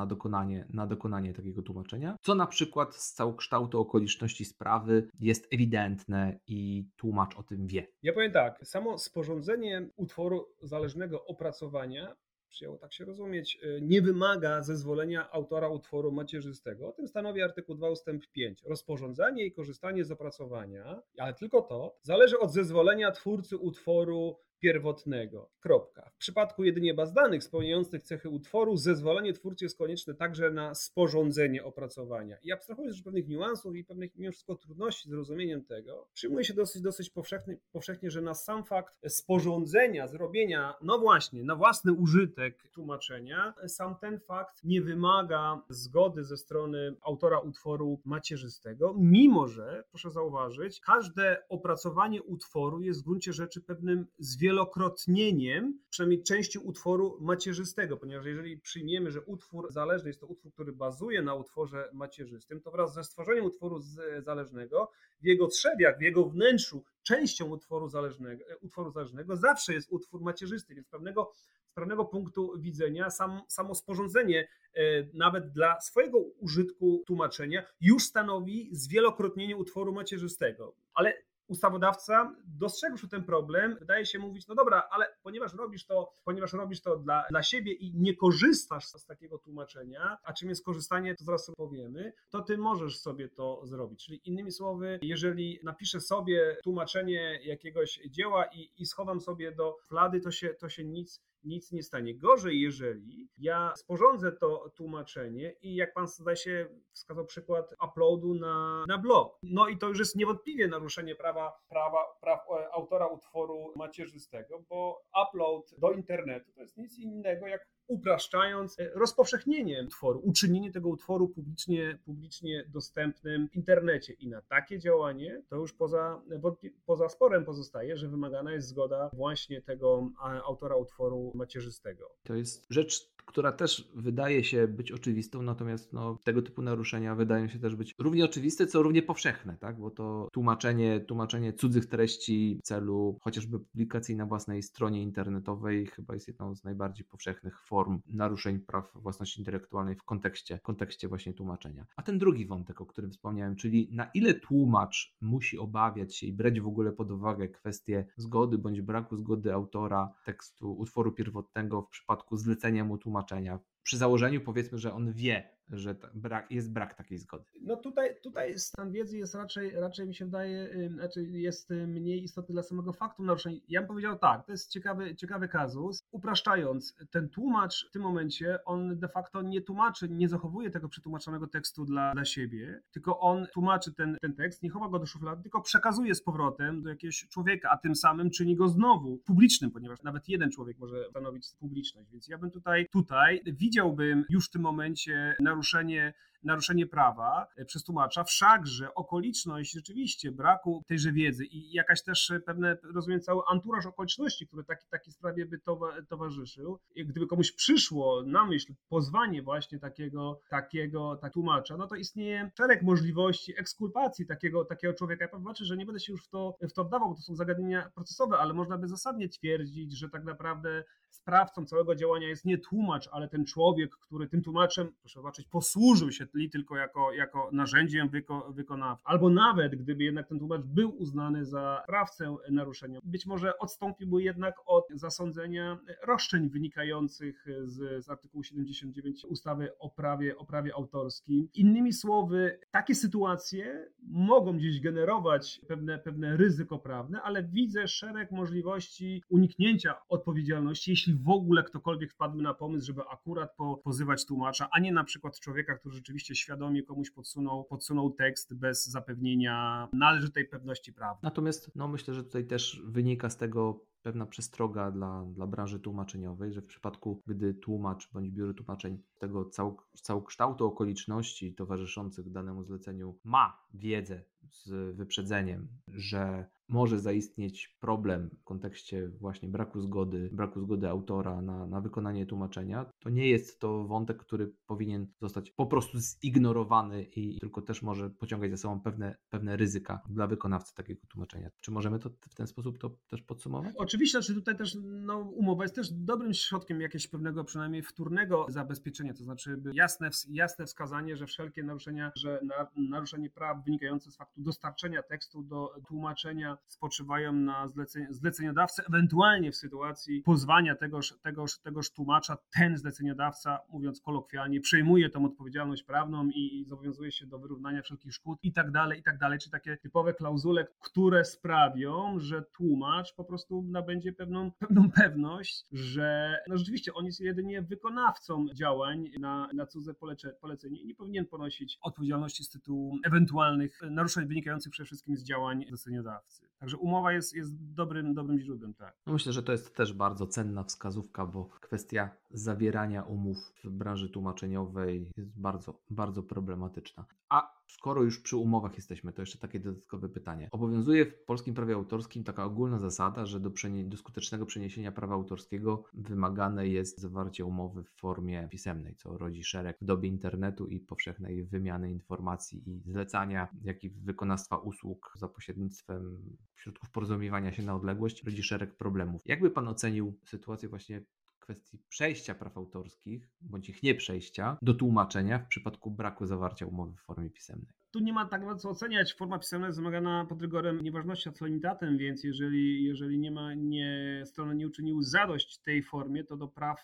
na dokonanie takiego tłumaczenia, co na przykład z całokształtu okoliczności sprawy jest ewidentne i tłumacz o tym wie. Ja powiem tak, samo sporządzenie utworu zależnego opracowania, przyjęło tak się rozumieć, nie wymaga zezwolenia autora utworu macierzystego. O tym stanowi artykuł 2 ustęp 5. Rozporządzanie i korzystanie z opracowania, ale tylko to, zależy od zezwolenia twórcy utworu pierwotnego. Kropka. W przypadku jedynie baz danych spełniających cechy utworu, zezwolenie twórcy jest konieczne także na sporządzenie opracowania. I abstrahując od pewnych niuansów i pewnych mimo wszystko trudności z rozumieniem tego, przyjmuje się dosyć powszechnie, że na sam fakt sporządzenia, zrobienia, no właśnie, na własny użytek tłumaczenia, sam ten fakt nie wymaga zgody ze strony autora utworu macierzystego, mimo że, proszę zauważyć, każde opracowanie utworu jest w gruncie rzeczy pewnym zwielokrotnieniem, przynajmniej części utworu macierzystego, ponieważ jeżeli przyjmiemy, że utwór zależny jest to utwór, który bazuje na utworze macierzystym, to wraz ze stworzeniem utworu zależnego, w jego trzewiach, w jego wnętrzu, częścią utworu zależnego zawsze jest utwór macierzysty, więc z pewnego punktu widzenia samo sporządzenie nawet dla swojego użytku tłumaczenia już stanowi zwielokrotnienie utworu macierzystego. Ale ustawodawca, dostrzegłszy ten problem, wydaje się mówić, no dobra, ale ponieważ robisz to dla siebie i nie korzystasz z takiego tłumaczenia, a czym jest korzystanie, to zaraz sobie powiemy, to ty możesz sobie to zrobić. Czyli innymi słowy, jeżeli napiszę sobie tłumaczenie jakiegoś dzieła i schowam sobie do szuflady, to się nic nie stanie. Gorzej, jeżeli ja sporządzę to tłumaczenie i jak pan zdaje się wskazał przykład uploadu na blog. No i to już jest niewątpliwie naruszenie praw autora utworu macierzystego, bo upload do internetu to jest nic innego jak upraszczając rozpowszechnienie utworu, uczynienie tego utworu publicznie dostępnym w internecie. I na takie działanie to już poza sporem pozostaje, że wymagana jest zgoda właśnie tego autora utworu macierzystego. To jest rzecz, która też wydaje się być oczywistą, natomiast tego typu naruszenia wydają się też być równie oczywiste, co równie powszechne, tak? Bo to tłumaczenie cudzych treści w celu chociażby publikacji na własnej stronie internetowej chyba jest jedną z najbardziej powszechnych form naruszeń praw własności intelektualnej w kontekście właśnie tłumaczenia. A ten drugi wątek, o którym wspomniałem, czyli na ile tłumacz musi obawiać się i brać w ogóle pod uwagę kwestię zgody bądź braku zgody autora tekstu, utworu pierwotnego w przypadku zlecenia mu tłumaczenia, przy założeniu powiedzmy, że on wie, że jest brak takiej zgody. No tutaj stan wiedzy jest raczej mi się wydaje, jest mniej istotny dla samego faktu naruszeń. Ja bym powiedział tak, to jest ciekawy kazus. Upraszczając, ten tłumacz w tym momencie, on de facto nie tłumaczy, nie zachowuje tego przetłumaczonego tekstu dla siebie, tylko on tłumaczy ten tekst, nie chowa go do szuflady, tylko przekazuje z powrotem do jakiegoś człowieka, a tym samym czyni go znowu publicznym, ponieważ nawet jeden człowiek może stanowić publiczność. Więc ja bym tutaj widziałbym już w tym momencie naruszenie prawa przez tłumacza, wszakże okoliczność rzeczywiście braku tejże wiedzy i jakaś też pewne, rozumiem, cały anturaż okoliczności, który takiej sprawie by towarzyszył. Gdyby komuś przyszło na myśl pozwanie właśnie takiego tłumacza, no to istnieje szereg możliwości ekskulpacji takiego człowieka. Ja zobaczę, że nie będę się już w to wdawał, bo to są zagadnienia procesowe, ale można by zasadnie twierdzić, że tak naprawdę sprawcą całego działania jest nie tłumacz, ale ten człowiek, który tym tłumaczem, proszę zobaczyć, posłużył się tylko jako narzędziem wykonawczym. Albo nawet gdyby jednak ten tłumacz był uznany za sprawcę naruszenia, być może odstąpiłby jednak od zasądzenia roszczeń wynikających z artykułu 79 ustawy o prawie autorskim. Innymi słowy, takie sytuacje mogą gdzieś generować pewne ryzyko prawne, ale widzę szereg możliwości uniknięcia odpowiedzialności, jeśli w ogóle ktokolwiek wpadł na pomysł, żeby akurat pozywać tłumacza, a nie na przykład człowieka, który rzeczywiście świadomie komuś podsunął tekst bez zapewnienia należytej pewności prawnej. Natomiast myślę, że tutaj też wynika z tego pewna przestroga dla branży tłumaczeniowej, że w przypadku, gdy tłumacz bądź biuro tłumaczeń tego całokształtu okoliczności towarzyszących danemu zleceniu ma wiedzę z wyprzedzeniem, że może zaistnieć problem w kontekście właśnie braku zgody autora na wykonanie tłumaczenia, to nie jest to wątek, który powinien zostać po prostu zignorowany i tylko też może pociągać za sobą pewne ryzyka dla wykonawcy takiego tłumaczenia. Czy możemy to w ten sposób to też podsumować? Oczywiście, że tutaj też umowa jest też dobrym środkiem jakiegoś pewnego przynajmniej wtórnego zabezpieczenia, to znaczy jasne wskazanie, że wszelkie naruszenie praw wynikające z faktu dostarczenia tekstu do tłumaczenia spoczywają na zleceniodawcy, ewentualnie w sytuacji pozwania tegoż tłumacza, ten zleceniodawca, mówiąc kolokwialnie, przejmuje tą odpowiedzialność prawną i zobowiązuje się do wyrównania wszelkich szkód i tak dalej, czyli takie typowe klauzule, które sprawią, że tłumacz po prostu nabędzie pewną pewność, że rzeczywiście on jest jedynie wykonawcą działań na cudze polecenie i nie powinien ponosić odpowiedzialności z tytułu ewentualnych naruszeń wynikających przede wszystkim z działań zleceniodawcy. Także umowa jest dobrym źródłem, tak. Myślę, że to jest też bardzo cenna wskazówka, bo kwestia zawierania umów w branży tłumaczeniowej jest bardzo, bardzo problematyczna. A skoro już przy umowach jesteśmy, to jeszcze takie dodatkowe pytanie. Obowiązuje w polskim prawie autorskim taka ogólna zasada, że do skutecznego przeniesienia prawa autorskiego wymagane jest zawarcie umowy w formie pisemnej, co rodzi szereg w dobie internetu i powszechnej wymiany informacji i zlecania, jak i wykonawstwa usług za pośrednictwem środków porozumiewania się na odległość, rodzi szereg problemów. Jakby Pan ocenił sytuację właśnie kwestii przejścia praw autorskich, bądź ich nieprzejścia do tłumaczenia w przypadku braku zawarcia umowy w formie pisemnej? Tu nie ma tak bardzo co oceniać. Forma pisemna jest wymagana pod rygorem nieważności ad solemnitatem, więc jeżeli strony nie uczyniły zadość tej formie, to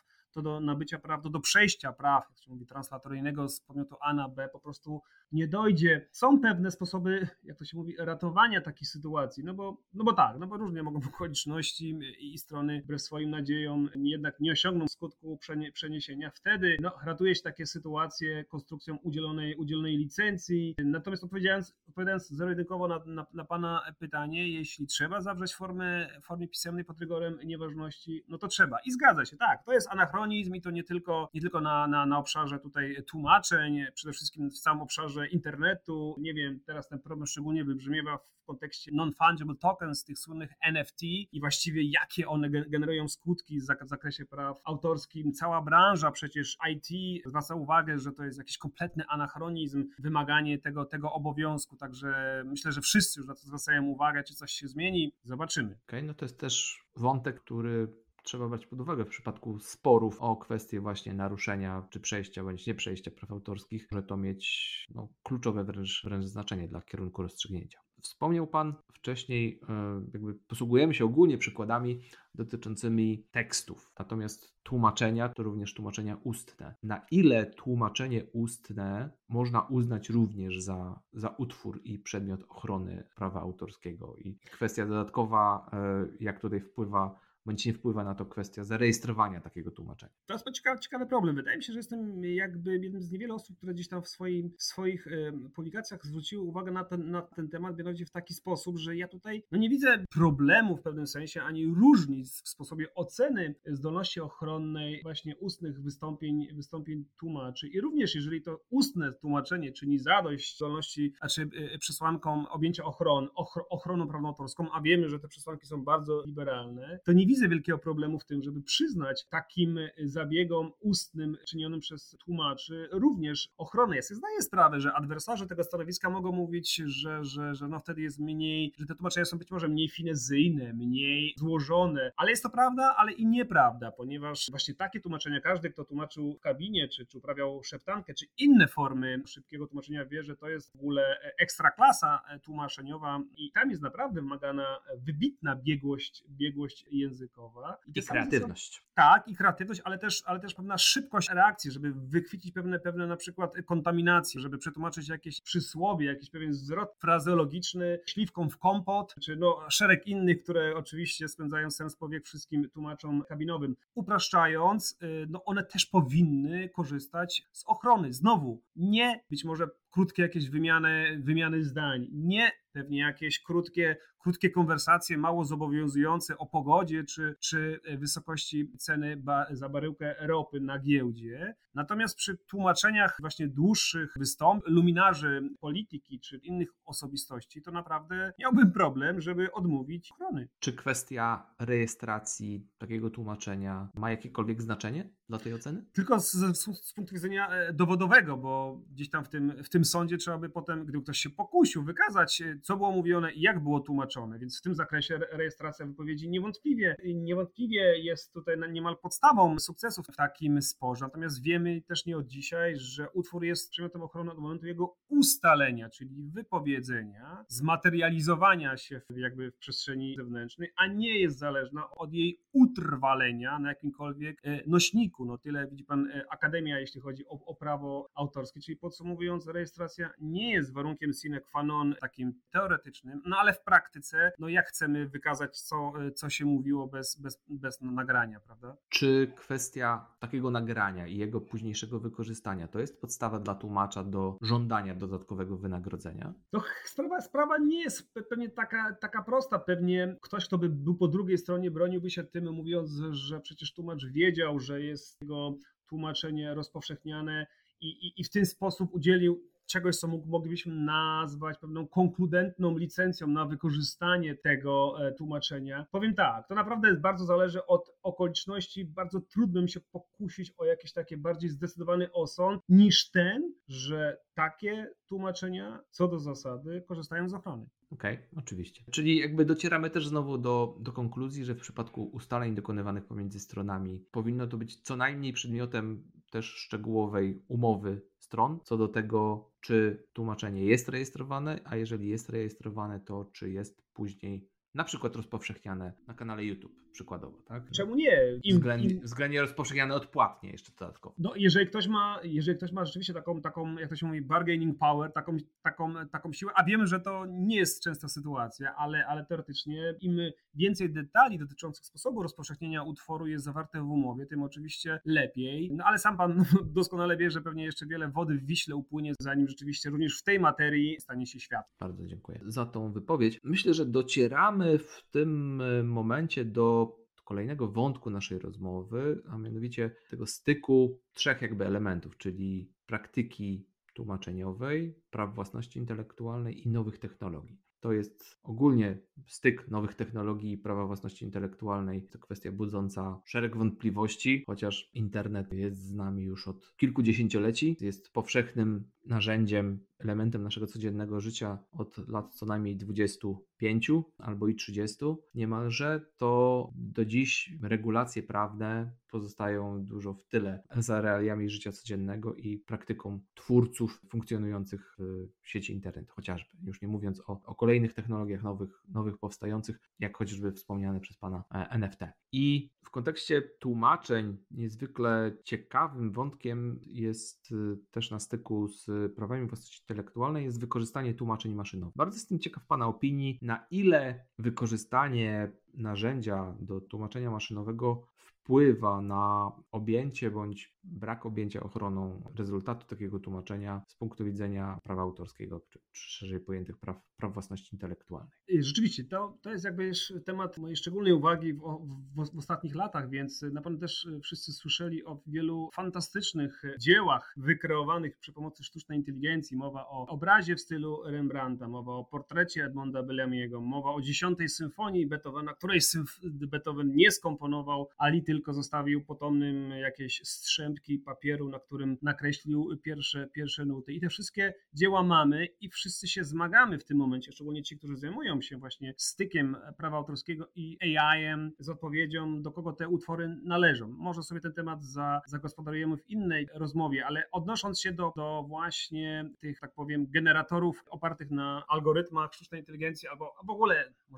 do nabycia praw, do przejścia praw, jak się mówi, translatoryjnego z podmiotu A na B po prostu nie dojdzie. Są pewne sposoby, jak to się mówi, ratowania takich sytuacji, bo różnie mogą być okoliczności i strony wbrew swoim nadziejom jednak nie osiągną skutku przeniesienia. Wtedy ratuje się takie sytuacje konstrukcją udzielonej licencji. Natomiast odpowiadając zero-jedynkowo na Pana pytanie, jeśli trzeba zawrzeć w formie pisemnej pod rygorem nieważności, to trzeba. I zgadza się, tak, to jest anachronizm i to nie tylko na obszarze tutaj tłumaczeń, przede wszystkim w całym obszarze internetu. Nie wiem, teraz ten problem szczególnie wybrzmiewa w kontekście non-fungible tokens, tych słynnych NFT i właściwie jakie one generują skutki w zakresie praw autorskim. Cała branża przecież IT zwraca uwagę, że to jest jakiś kompletny anachronizm, wymaganie tego obowiązku, także myślę, że wszyscy już na to zwracają uwagę, czy coś się zmieni. Zobaczymy. Okej, to jest też wątek, który trzeba brać pod uwagę w przypadku sporów o kwestie właśnie naruszenia czy przejścia bądź nieprzejścia praw autorskich. Może to mieć kluczowe wręcz znaczenie dla kierunku rozstrzygnięcia. Wspomniał Pan wcześniej, jakby posługujemy się ogólnie przykładami dotyczącymi tekstów, natomiast tłumaczenia to również tłumaczenia ustne. Na ile tłumaczenie ustne można uznać również za utwór i przedmiot ochrony prawa autorskiego? I kwestia dodatkowa, jak tutaj wpływa bądź nie wpływa na to kwestia zarejestrowania takiego tłumaczenia. To jest ciekawy problem. Wydaje mi się, że jestem jakby jednym z niewielu osób, które gdzieś tam w swoich publikacjach zwróciły uwagę na ten temat, mianowicie w taki sposób, że ja tutaj nie widzę problemu w pewnym sensie, ani różnic w sposobie oceny zdolności ochronnej właśnie ustnych wystąpień tłumaczy i również jeżeli to ustne tłumaczenie czyni zadość zdolności, przesłankom objęcia ochroną prawnoautorską, a wiemy, że te przesłanki są bardzo liberalne, to nie widzę wielkiego problemu w tym, żeby przyznać takim zabiegom ustnym czynionym przez tłumaczy również ochronę. Ja sobie zdaję sprawę, że adwersarze tego stanowiska mogą mówić, że wtedy jest mniej, że te tłumaczenia są być może mniej finezyjne, mniej złożone, ale jest to prawda, ale i nieprawda, ponieważ właśnie takie tłumaczenia, każdy, kto tłumaczył w kabinie, czy uprawiał szeptankę, czy inne formy szybkiego tłumaczenia wie, że to jest w ogóle ekstra klasa tłumaczeniowa i tam jest naprawdę wymagana wybitna biegłość języka. językowa. I kreatywność. Tak, i kreatywność, ale też pewna szybkość reakcji, żeby wychwycić pewne na przykład kontaminacje, żeby przetłumaczyć jakieś przysłowie, jakiś pewien zwrot frazeologiczny, śliwką w kompot, czy szereg innych, które oczywiście spędzają sens powiek wszystkim tłumaczom kabinowym. Upraszczając, one też powinny korzystać z ochrony. Znowu, nie być może krótkie jakieś wymiany zdań, nie pewnie jakieś krótkie konwersacje mało zobowiązujące o pogodzie czy wysokości ceny za baryłkę ropy na giełdzie. Natomiast przy tłumaczeniach właśnie dłuższych wystąpień luminarzy polityki czy innych osobistości, to naprawdę miałbym problem, żeby odmówić ochrony. Czy kwestia rejestracji takiego tłumaczenia ma jakiekolwiek znaczenie dla tej oceny? Tylko z punktu widzenia dowodowego, bo gdzieś tam w tym sądzie trzeba by potem, gdyby ktoś się pokusił, wykazać, co było mówione i jak było tłumaczone, więc w tym zakresie rejestracja wypowiedzi niewątpliwie jest tutaj niemal podstawą sukcesów w takim sporze. Natomiast wiemy też nie od dzisiaj, że utwór jest przedmiotem ochrony od momentu jego ustalenia, czyli wypowiedzenia, zmaterializowania się w przestrzeni zewnętrznej, a nie jest zależna od jej utrwalenia na jakimkolwiek nośniku. Tyle widzi pan Akademia, jeśli chodzi o prawo autorskie, czyli podsumowując, rejestracja nie jest warunkiem sine qua non takim teoretycznym, ale w praktyce, jak chcemy wykazać, co się mówiło bez nagrania, prawda? Czy kwestia takiego nagrania i jego późniejszego wykorzystania to jest podstawa dla tłumacza do żądania dodatkowego wynagrodzenia? Sprawa nie jest pewnie taka prosta. Pewnie ktoś, kto by był po drugiej stronie, broniłby się tym, mówiąc, że przecież tłumacz wiedział, że jest jego tłumaczenie rozpowszechniane i w ten sposób udzielił czegoś, co moglibyśmy nazwać pewną konkludentną licencją na wykorzystanie tego tłumaczenia. Powiem tak, to naprawdę bardzo zależy od okoliczności. Bardzo trudno mi się pokusić o jakiś taki bardziej zdecydowany osąd niż ten, że takie tłumaczenia co do zasady korzystają z ochrony. Okej, oczywiście. Czyli docieramy też znowu do konkluzji, że w przypadku ustaleń dokonywanych pomiędzy stronami powinno to być co najmniej przedmiotem też szczegółowej umowy stron co do tego, czy tłumaczenie jest rejestrowane, a jeżeli jest rejestrowane, to czy jest później na przykład rozpowszechniane na kanale YouTube przykładowo, tak? Czemu nie? Względnie rozpowszechniane odpłatnie jeszcze dodatkowo. Jeżeli ktoś ma rzeczywiście taką, jak to się mówi, bargaining power, taką siłę, a wiemy, że to nie jest częsta sytuacja, ale teoretycznie im więcej detali dotyczących sposobu rozpowszechnienia utworu jest zawarte w umowie, tym oczywiście lepiej. Ale sam pan doskonale wie, że pewnie jeszcze wiele wody w Wiśle upłynie, zanim rzeczywiście również w tej materii stanie się światło. Bardzo dziękuję za tą wypowiedź. Myślę, że docieramy w tym momencie do kolejnego wątku naszej rozmowy, a mianowicie tego styku trzech elementów, czyli praktyki tłumaczeniowej, praw własności intelektualnej i nowych technologii. To jest ogólnie styk nowych technologii i prawa własności intelektualnej. To kwestia budząca szereg wątpliwości, chociaż internet jest z nami już od kilku dziesięcioleci. Jest powszechnym narzędziem, elementem naszego codziennego życia od lat co najmniej 25 albo i 30 niemalże, to do dziś regulacje prawne pozostają dużo w tyle za realiami życia codziennego i praktyką twórców funkcjonujących w sieci internet chociażby. Już nie mówiąc o kolejnych technologiach nowych powstających, jak chociażby wspomniane przez pana NFT. I w kontekście tłumaczeń niezwykle ciekawym wątkiem jest też na styku z prawami własności intelektualnej jest wykorzystanie tłumaczeń maszynowych. Bardzo jestem ciekaw pana opinii, na ile wykorzystanie narzędzia do tłumaczenia maszynowego wpływa na objęcie bądź brak objęcia ochroną rezultatu takiego tłumaczenia z punktu widzenia prawa autorskiego, czy szerzej pojętych praw własności intelektualnej. Rzeczywiście, to jest temat mojej szczególnej uwagi w ostatnich latach, więc na pewno też wszyscy słyszeli o wielu fantastycznych dziełach wykreowanych przy pomocy sztucznej inteligencji. Mowa o obrazie w stylu Rembrandta, mowa o portrecie Edmonda Bellamy'ego, mowa o 10. symfonii Beethovena, której Beethoven nie skomponował, ali tylko zostawił potomnym jakieś strzępki papieru, na którym nakreślił pierwsze nuty. I te wszystkie dzieła mamy i wszyscy się zmagamy w tym momencie, szczególnie ci, którzy zajmują się właśnie stykiem prawa autorskiego i AI-em, z odpowiedzią, do kogo te utwory należą. Może sobie ten temat zagospodarujemy w innej rozmowie, ale odnosząc się do właśnie tych, tak powiem, generatorów opartych na algorytmach sztucznej inteligencji albo w ogóle może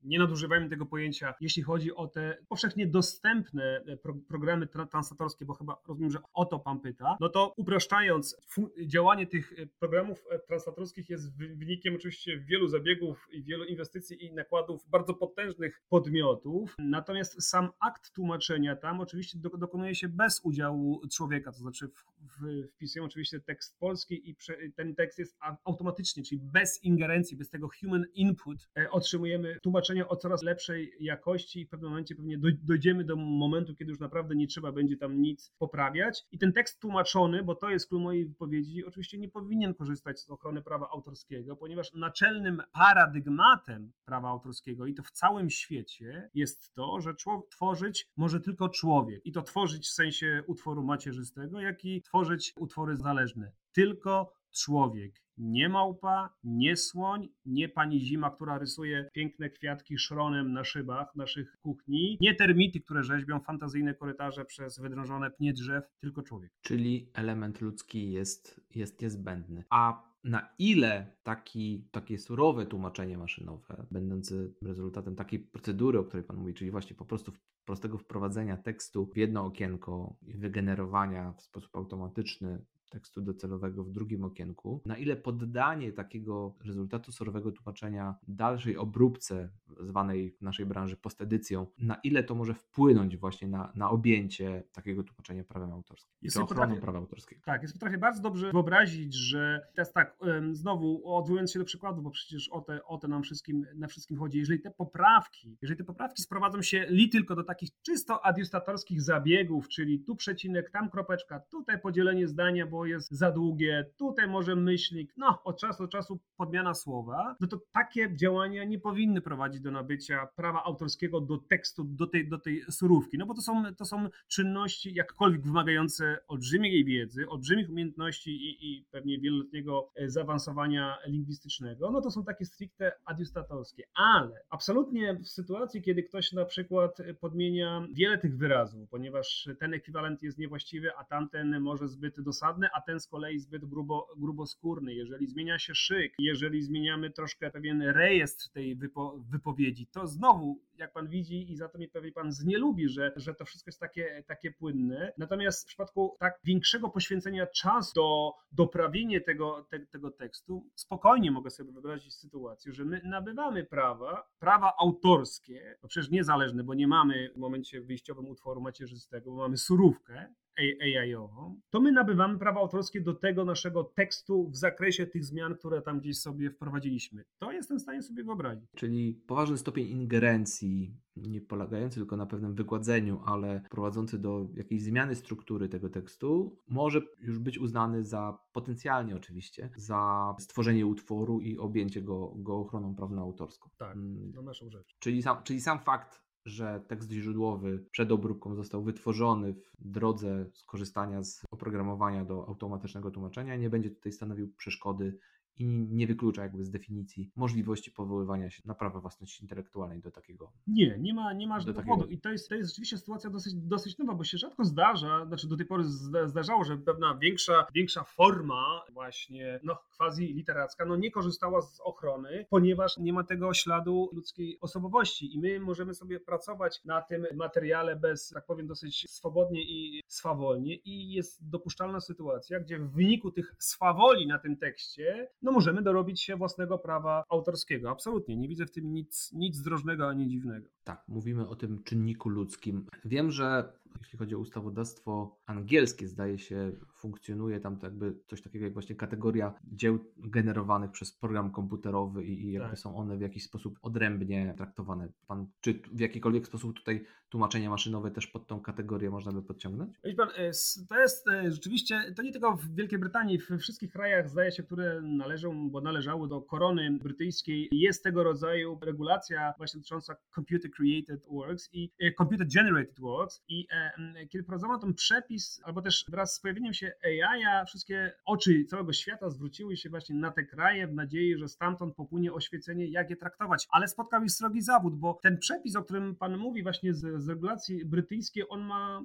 nie nadużywajmy tego pojęcia, jeśli chodzi o te powszechnie dostępne programy translatorskie, bo chyba rozumiem, że o to pan pyta, no to upraszczając, działanie tych programów translatorskich jest wynikiem oczywiście wielu zabiegów i wielu inwestycji i nakładów bardzo potężnych podmiotów, natomiast sam akt tłumaczenia tam oczywiście dokonuje się bez udziału człowieka, to znaczy wpisują oczywiście tekst polski i ten tekst jest automatycznie, czyli bez ingerencji, bez tego human input otrzymujemy tłumaczenie o coraz lepszej jakości i w pewnym momencie pewnie dojdziemy do momentu, kiedy już naprawdę nie trzeba będzie tam nic poprawiać i ten tekst tłumaczony, bo to jest klucz mojej wypowiedzi, oczywiście nie powinien korzystać z ochrony prawa autorskiego, ponieważ naczelnym paradygmatem prawa autorskiego i to w całym świecie jest to, że tworzyć może tylko człowiek i to tworzyć w sensie utworu macierzystego, jak i tworzyć utwory zależne. Tylko człowiek. Nie małpa, nie słoń, nie pani Zima, która rysuje piękne kwiatki szronem na szybach naszych kuchni, nie termity, które rzeźbią fantazyjne korytarze przez wydrążone pnie drzew, tylko człowiek. Czyli element ludzki jest niezbędny. A na ile takie surowe tłumaczenie maszynowe, będące rezultatem takiej procedury, o której pan mówi, czyli właśnie po prostu prostego wprowadzenia tekstu w jedno okienko i wygenerowania w sposób automatyczny tekstu docelowego w drugim okienku, na ile poddanie takiego rezultatu surowego tłumaczenia dalszej obróbce, zwanej w naszej branży postedycją, na ile to może wpłynąć właśnie na objęcie takiego tłumaczenia prawem autorskim, czy ochroną prawa autorskiego. Tak, jest potrafię bardzo dobrze wyobrazić, że teraz tak, znowu odwołując się do przykładu, bo przecież o to na wszystkim chodzi, jeżeli te poprawki sprowadzą się tylko do takich czysto adiustatorskich zabiegów, czyli tu przecinek, tam kropeczka, tutaj podzielenie zdania, bo jest za długie, tutaj może myślnik, od czasu do czasu podmiana słowa, no to takie działania nie powinny prowadzić do nabycia prawa autorskiego do tekstu, do tej surówki, no bo to są czynności jakkolwiek wymagające olbrzymiej wiedzy, olbrzymich umiejętności i pewnie wieloletniego zaawansowania lingwistycznego, no to są takie stricte adiustatorskie, ale absolutnie w sytuacji, kiedy ktoś na przykład podmienia wiele tych wyrazów, ponieważ ten ekwiwalent jest niewłaściwy, a tamten może zbyt dosadny, a ten z kolei zbyt gruboskórny. Jeżeli zmienia się szyk, jeżeli zmieniamy troszkę pewien rejestr tej wypowiedzi, to znowu, jak pan widzi i za to mnie pewnie pan znielubi, że to wszystko jest takie płynne. Natomiast w przypadku tak większego poświęcenia czasu do doprawienia tego tekstu, spokojnie mogę sobie wyobrazić sytuację, że my nabywamy prawa autorskie, no przecież niezależne, bo nie mamy w momencie wyjściowym utworu macierzystego, bo mamy surówkę AI-ową, to my nabywamy prawa autorskie do tego naszego tekstu w zakresie tych zmian, które tam gdzieś sobie wprowadziliśmy. To jestem w stanie sobie wyobrazić. Czyli poważny stopień ingerencji, nie polegający tylko na pewnym wygładzeniu, ale prowadzący do jakiejś zmiany struktury tego tekstu, może już być uznany za potencjalnie oczywiście, za stworzenie utworu i objęcie go ochroną prawno-autorską. Tak, na naszą rzecz. Czyli sam fakt, że tekst źródłowy przed obróbką został wytworzony w drodze skorzystania z oprogramowania do automatycznego tłumaczenia, nie będzie tutaj stanowił przeszkody i nie wyklucza jakby z definicji możliwości powoływania się na prawa własności intelektualnej do takiego. Nie ma dowodu. I to jest rzeczywiście sytuacja dosyć nowa, bo się rzadko zdarza, znaczy do tej pory zdarzało, że pewna większa forma właśnie quasi literacka nie korzystała z ochrony, ponieważ nie ma tego śladu ludzkiej osobowości i my możemy sobie pracować na tym materiale tak powiem, dosyć swobodnie i swawolnie i jest dopuszczalna sytuacja, gdzie w wyniku tych swawoli na tym tekście możemy dorobić się własnego prawa autorskiego. Absolutnie. Nie widzę w tym nic zdrożnego ani dziwnego. Tak, mówimy o tym czynniku ludzkim. Wiem, że jeśli chodzi o ustawodawstwo angielskie, zdaje się, funkcjonuje tam to jakby coś takiego jak właśnie kategoria dzieł generowanych przez program komputerowy i jakby są one w jakiś sposób odrębnie traktowane. Czy w jakikolwiek sposób tutaj tłumaczenia maszynowe też pod tą kategorię można by podciągnąć? Widzi pan, to jest rzeczywiście, to nie tylko w Wielkiej Brytanii, w wszystkich krajach zdaje się, które należały do korony brytyjskiej, jest tego rodzaju regulacja właśnie dotycząca Computer Created Works i Computer Generated Works i kiedy wprowadzono ten przepis, albo też wraz z pojawieniem się AI, wszystkie oczy całego świata zwróciły się właśnie na te kraje w nadziei, że stamtąd popłynie oświecenie, jak je traktować. Ale spotkał ich srogi zawód, bo ten przepis, o którym pan mówi właśnie z regulacji brytyjskiej, on ma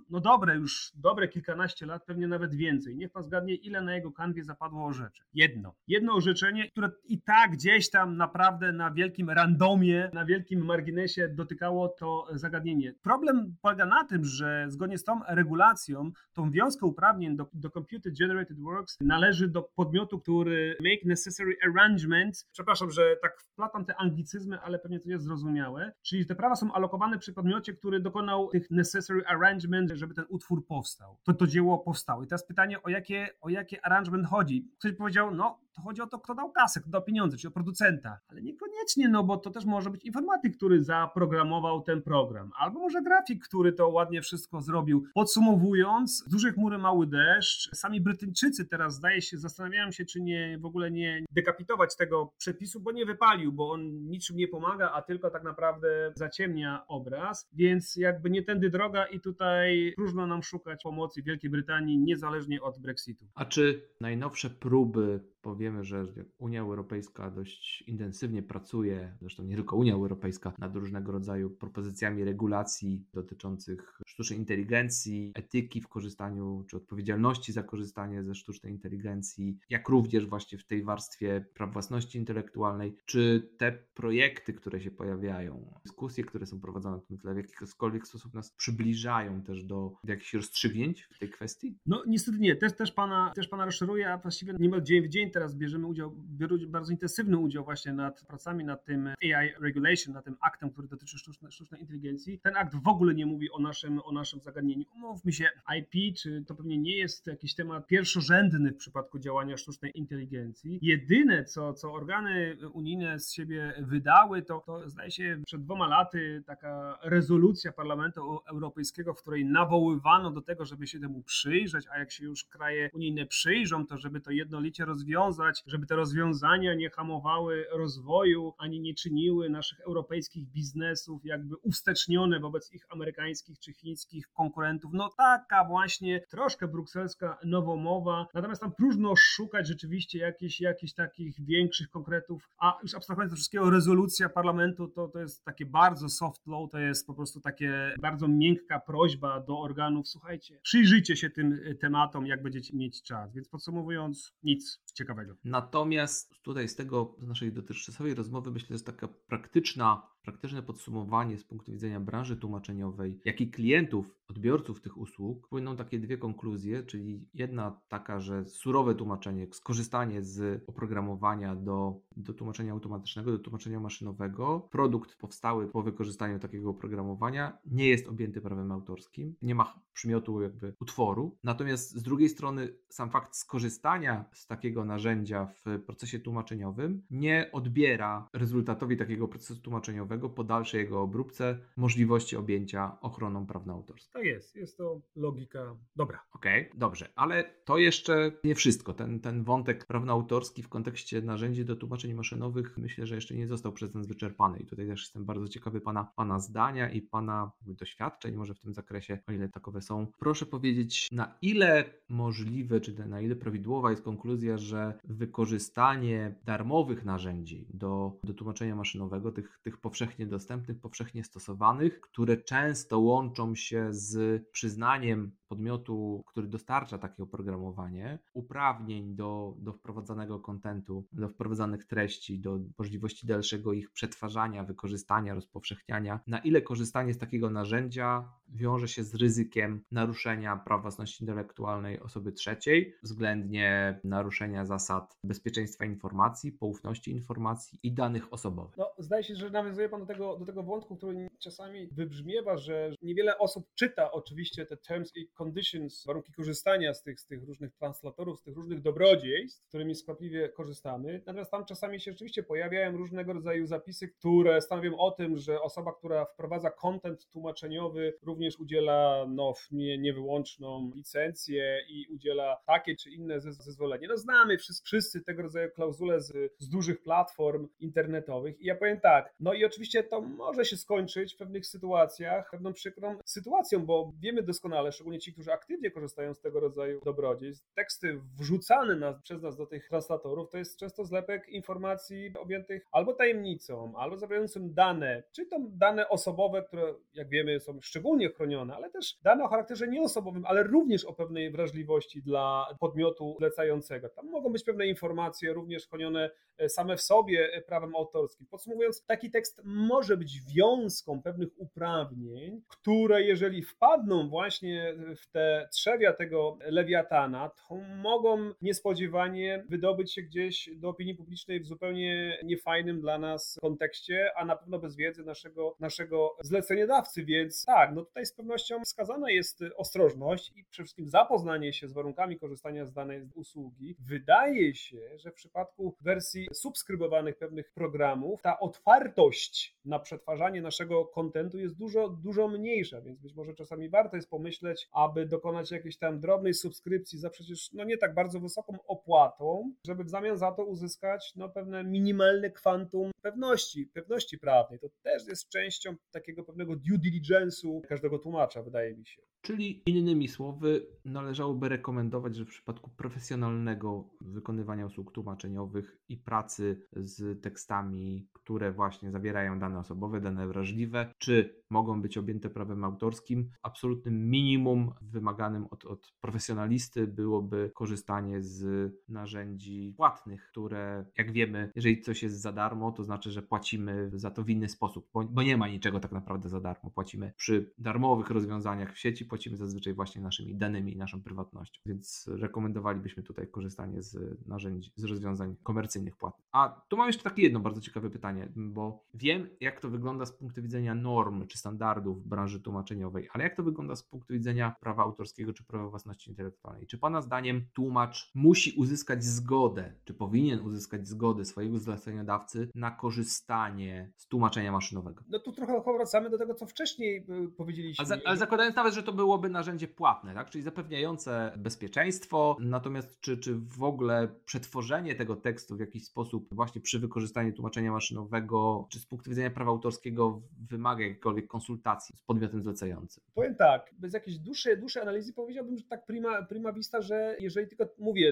dobre kilkanaście lat, pewnie nawet więcej. Niech pan zgadnie, ile na jego kanwie zapadło orzeczeń. Jedno orzeczenie, które i tak gdzieś tam naprawdę na wielkim randomie, na wielkim marginesie dotykało to zagadnienie. Problem polega na tym, że zgodnie z tą regulacją, tą wiązkę uprawnień do Computer Generated Works należy do podmiotu, który make necessary arrangements. Przepraszam, że tak wplatam te anglicyzmy, ale pewnie to jest zrozumiałe. Czyli te prawa są alokowane przy podmiocie, który dokonał tych necessary arrangements, żeby ten utwór powstał. To dzieło powstało. I teraz pytanie, o jakie arrangement chodzi? Ktoś powiedział, to chodzi o to, kto dał kasę, kto dał pieniądze, czyli o producenta. Ale niekoniecznie, bo to też może być informatyk, który zaprogramował ten program. Albo może grafik, który to ładnie wszystko zrobił. Podsumowując, z dużej chmury mały deszcz. Sami Brytyjczycy teraz, zastanawiają się, czy w ogóle nie dekapitować tego przepisu, bo nie wypalił, bo on niczym nie pomaga, a tylko tak naprawdę zaciemnia obraz. Więc jakby nie tędy droga i tutaj próżno nam szukać pomocy Wielkiej Brytanii, niezależnie od Brexitu. A czy najnowsze próby, powiemy, że Unia Europejska dość intensywnie pracuje, zresztą nie tylko Unia Europejska, nad różnego rodzaju propozycjami regulacji dotyczących sztucznej inteligencji, etyki w korzystaniu, czy odpowiedzialności za korzystanie ze sztucznej inteligencji, jak również właśnie w tej warstwie praw własności intelektualnej, czy te projekty, które się pojawiają, dyskusje, które są prowadzone na tym tle, w jakikolwiek sposób nas przybliżają też do jakichś rozstrzygnięć w tej kwestii? Niestety nie. Też pana rozczaruję, a właściwie niemal dzień w dzień teraz biorę bardzo intensywny udział właśnie nad pracami nad tym AI Regulation, nad tym aktem, który dotyczy sztucznej inteligencji. Ten akt w ogóle nie mówi o naszym zagadnieniu. Umówmy się, IP, czy to pewnie nie jest jakiś temat pierwszorzędny w przypadku działania sztucznej inteligencji. Jedyne, co organy unijne z siebie wydały, to zdaje się przed 2 laty taka rezolucja Parlamentu Europejskiego, w której nawoływano do tego, żeby się temu przyjrzeć, a jak się już kraje unijne przyjrzą, to żeby to jednolicie rozwiązać, żeby te rozwiązania nie hamowały rozwoju, ani nie czyniły naszych europejskich biznesów jakby uwstecznione wobec ich amerykańskich czy chińskich konkurentów. Taka właśnie troszkę brukselska nowomowa, natomiast tam próżno szukać rzeczywiście jakichś takich większych konkretów, a już abstrahując do wszystkiego, rezolucja parlamentu to jest takie bardzo soft law, to jest po prostu takie bardzo miękka prośba do organów, słuchajcie, przyjrzyjcie się tym tematom, jak będziecie mieć czas. Więc podsumowując, nic ciekawego. Natomiast tutaj z naszej dotychczasowej rozmowy myślę, że jest taka praktyczne podsumowanie z punktu widzenia branży tłumaczeniowej, jak i klientów, odbiorców tych usług, płyną takie 2 konkluzje, czyli jedna taka, że surowe tłumaczenie, skorzystanie z oprogramowania do tłumaczenia automatycznego, do tłumaczenia maszynowego, produkt powstały po wykorzystaniu takiego oprogramowania nie jest objęty prawem autorskim, nie ma przymiotu jakby utworu, natomiast z drugiej strony sam fakt skorzystania z takiego narzędzia w procesie tłumaczeniowym nie odbiera rezultatowi takiego procesu tłumaczeniowego po dalszej jego obróbce możliwości objęcia ochroną prawno-autorską. Tak jest to logika dobra. Okej, dobrze, ale to jeszcze nie wszystko. Ten wątek prawno-autorski w kontekście narzędzi do tłumaczeń maszynowych myślę, że jeszcze nie został przez nas wyczerpany i tutaj też jestem bardzo ciekawy pana zdania i pana doświadczeń może w tym zakresie, o ile takowe są. Proszę powiedzieć, na ile możliwe, czy na ile prawidłowa jest konkluzja, że wykorzystanie darmowych narzędzi do tłumaczenia maszynowego, tych powszechnie dostępnych, powszechnie stosowanych, które często łączą się z przyznaniem podmiotu, który dostarcza takie oprogramowanie, uprawnień do wprowadzanego kontentu, do wprowadzanych treści, do możliwości dalszego ich przetwarzania, wykorzystania, rozpowszechniania, na ile korzystanie z takiego narzędzia wiąże się z ryzykiem naruszenia praw własności intelektualnej osoby trzeciej, względnie naruszenia zasad bezpieczeństwa informacji, poufności informacji i danych osobowych. Zdaje się, że nawiązuje pan do tego wątku, który czasami wybrzmiewa, że niewiele osób czyta oczywiście te terms i conditions, warunki korzystania z tych różnych translatorów, z tych różnych dobrodziejstw, z którymi skwapliwie korzystamy. Natomiast tam czasami się rzeczywiście pojawiają różnego rodzaju zapisy, które stanowią o tym, że osoba, która wprowadza content tłumaczeniowy, również udziela niewyłączną licencję i udziela takie czy inne zezwolenie. Znamy wszyscy tego rodzaju klauzule z dużych platform internetowych i ja powiem tak, i oczywiście to może się skończyć w pewnych sytuacjach pewną przykrą sytuacją, bo wiemy doskonale, szczególnie ci, którzy aktywnie korzystają z tego rodzaju dobrodziejstw, teksty wrzucane przez nas do tych translatorów to jest często zlepek informacji objętych albo tajemnicą, albo zawierającym dane, czy to dane osobowe, które jak wiemy są szczególnie chronione, ale też dane o charakterze nieosobowym, ale również o pewnej wrażliwości dla podmiotu zlecającego. Tam mogą być pewne informacje również chronione same w sobie prawem autorskim. Podsumowując, taki tekst może być wiązką pewnych uprawnień, które jeżeli wpadną właśnie w te trzewia tego lewiatana, to mogą niespodziewanie wydobyć się gdzieś do opinii publicznej w zupełnie niefajnym dla nas kontekście, a na pewno bez wiedzy naszego zleceniodawcy, więc tak, tutaj z pewnością wskazana jest ostrożność i przede wszystkim zapoznanie się z warunkami korzystania z danej usługi. Wydaje się, że w przypadku wersji subskrybowanych pewnych programów ta otwartość na przetwarzanie naszego kontentu jest dużo mniejsza, więc być może czasami warto jest pomyśleć, aby dokonać jakiejś tam drobnej subskrypcji za przecież nie tak bardzo wysoką opłatą, żeby w zamian za to uzyskać pewne minimalne kwantum pewności prawnej. To też jest częścią takiego pewnego due diligence'u każdego tłumacza, wydaje mi się. Czyli innymi słowy, należałoby rekomendować, że w przypadku profesjonalnego wykonywania usług tłumaczeniowych i pracy z tekstami, które właśnie zawierają dane osobowe, dane wrażliwe, czy mogą być objęte prawem autorskim, absolutnym minimum wymaganym od profesjonalisty byłoby korzystanie z narzędzi płatnych, które, jak wiemy, jeżeli coś jest za darmo, to znaczy, że płacimy za to w inny sposób, bo nie ma niczego tak naprawdę za darmo. Płacimy przy darmowych rozwiązaniach w sieci, płacimy zazwyczaj właśnie naszymi danymi i naszą prywatnością, więc rekomendowalibyśmy tutaj korzystanie z narzędzi, z rozwiązań komercyjnych płatnych. A tu mam jeszcze takie jedno bardzo ciekawe pytanie, bo wiem, jak to wygląda z punktu widzenia norm czy standardów w branży tłumaczeniowej, ale jak to wygląda z punktu widzenia prawa autorskiego czy prawa własności intelektualnej? Czy Pana zdaniem tłumacz musi uzyskać zgodę, czy powinien uzyskać zgodę swojego zleceniodawcy na korzystanie z tłumaczenia maszynowego? Tu trochę wracamy do tego, co wcześniej powiedzieliśmy. Ale zakładając nawet, że to byłoby narzędzie płatne, tak? Czyli zapewniające bezpieczeństwo, natomiast czy w ogóle przetworzenie tego tekstu w jakiś sposób właśnie przy wykorzystaniu tłumaczenia maszynowego, czy z punktu widzenia prawa autorskiego wymaga jakiejkolwiek konsultacji z podmiotem zlecającym? Powiem tak, bez jakiejś dłuższej analizy powiedziałbym, że tak prima vista, że jeżeli tylko mówię,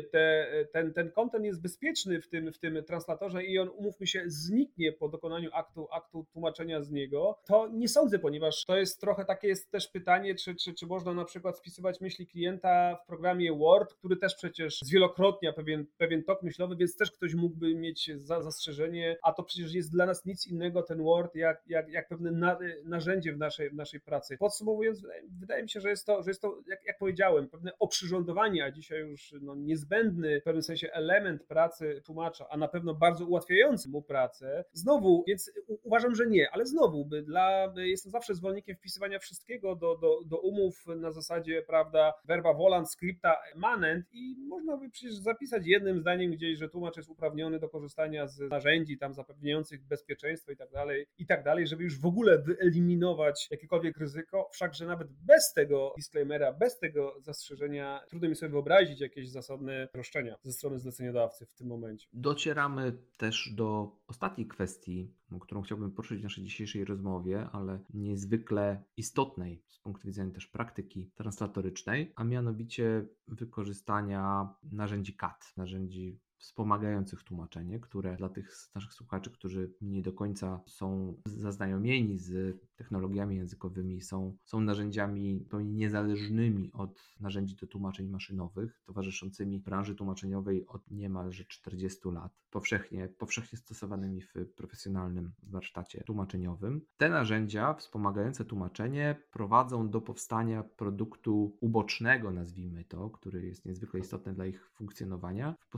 ten content jest bezpieczny w tym translatorze i on, umówmy się, zniknie po dokonaniu aktu tłumaczenia z niego, to nie sądzę, ponieważ to jest trochę takie jest też pytanie, czy można na przykład wpisywać myśli klienta w programie Word, który też przecież zwielokrotnia pewien tok myślowy, więc też ktoś mógłby mieć zastrzeżenie, a to przecież jest dla nas nic innego ten Word, jak pewne narzędzie w naszej pracy. Podsumowując, wydaje mi się, że jest to jak powiedziałem, pewne oprzyrządowanie, a dzisiaj już niezbędny w pewnym sensie element pracy tłumacza, a na pewno bardzo ułatwiający mu pracę. Znowu, więc uważam, że nie, ale znowu, jestem zawsze zwolennikiem wpisywania wszystkiego do umów na zasadzie, prawda, verba volant, scripta manent i można by przecież zapisać jednym zdaniem gdzieś, że tłumacz jest uprawniony do korzystania z narzędzi tam zapewniających bezpieczeństwo i tak dalej, żeby już w ogóle wyeliminować jakiekolwiek ryzyko, wszakże nawet bez tego disclaimera, bez tego zastrzeżenia trudno mi sobie wyobrazić jakieś zasadne roszczenia ze strony zleceniodawcy w tym momencie. Docieramy też do ostatniej kwestii, którą chciałbym poruszyć w naszej dzisiejszej rozmowie, ale niezwykle istotnej z punktu widzenia też praktyki translatorycznej, a mianowicie wykorzystania narzędzi CAT, narzędzi wspomagających tłumaczenie, które dla tych naszych słuchaczy, którzy nie do końca są zaznajomieni z technologiami językowymi, są narzędziami zupełnie niezależnymi od narzędzi do tłumaczeń maszynowych, towarzyszącymi branży tłumaczeniowej od niemalże 40 lat, powszechnie stosowanymi w profesjonalnym warsztacie tłumaczeniowym. Te narzędzia wspomagające tłumaczenie prowadzą do powstania produktu ubocznego, nazwijmy to, który jest niezwykle istotny dla ich funkcjonowania, w postaci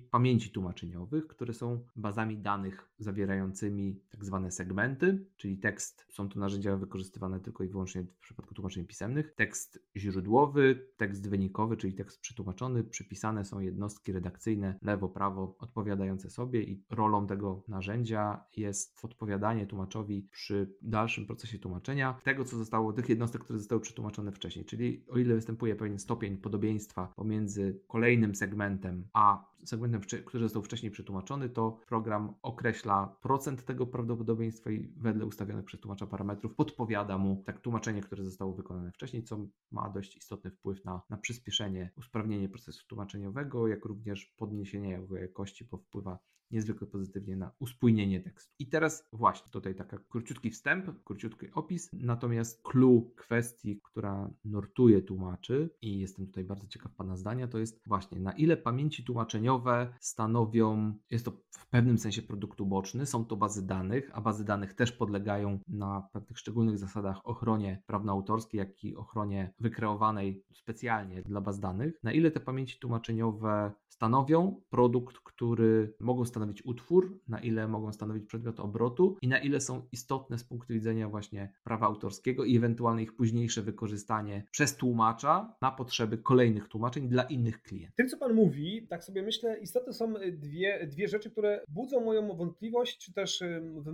pamięci tłumaczeniowych, które są bazami danych zawierającymi tak zwane segmenty, czyli tekst, są to narzędzia wykorzystywane tylko i wyłącznie w przypadku tłumaczeń pisemnych, tekst źródłowy, tekst wynikowy, czyli tekst przetłumaczony, przypisane są jednostki redakcyjne lewo, prawo odpowiadające sobie i rolą tego narzędzia jest odpowiadanie tłumaczowi przy dalszym procesie tłumaczenia tego, co zostało, tych jednostek, które zostały przetłumaczone wcześniej, czyli o ile występuje pewien stopień podobieństwa pomiędzy kolejnym segmentem a segmentem, który został wcześniej przetłumaczony, to program określa procent tego prawdopodobieństwa i wedle ustawionych przez tłumacza parametrów podpowiada mu tak tłumaczenie, które zostało wykonane wcześniej, co ma dość istotny wpływ na przyspieszenie, usprawnienie procesu tłumaczeniowego, jak również podniesienie jego jakości, bo wpływa niezwykle pozytywnie na uspójnienie tekstu. I teraz właśnie tutaj taki króciutki wstęp, króciutki opis, natomiast clue kwestii, która nurtuje tłumaczy i jestem tutaj bardzo ciekaw Pana zdania, to jest właśnie na ile pamięci tłumaczeniowe stanowią, jest to w pewnym sensie produkt uboczny, są to bazy danych, a bazy danych też podlegają na pewnych szczególnych zasadach ochronie prawnoautorskiej, jak i ochronie wykreowanej specjalnie dla baz danych, na ile te pamięci tłumaczeniowe stanowią produkt, który mogą stanowić utwór, na ile mogą stanowić przedmiot obrotu i na ile są istotne z punktu widzenia właśnie prawa autorskiego i ewentualne ich późniejsze wykorzystanie przez tłumacza na potrzeby kolejnych tłumaczeń dla innych klientów. Tym, co Pan mówi, tak sobie myślę, istotne są dwie rzeczy, które budzą moją wątpliwość, czy też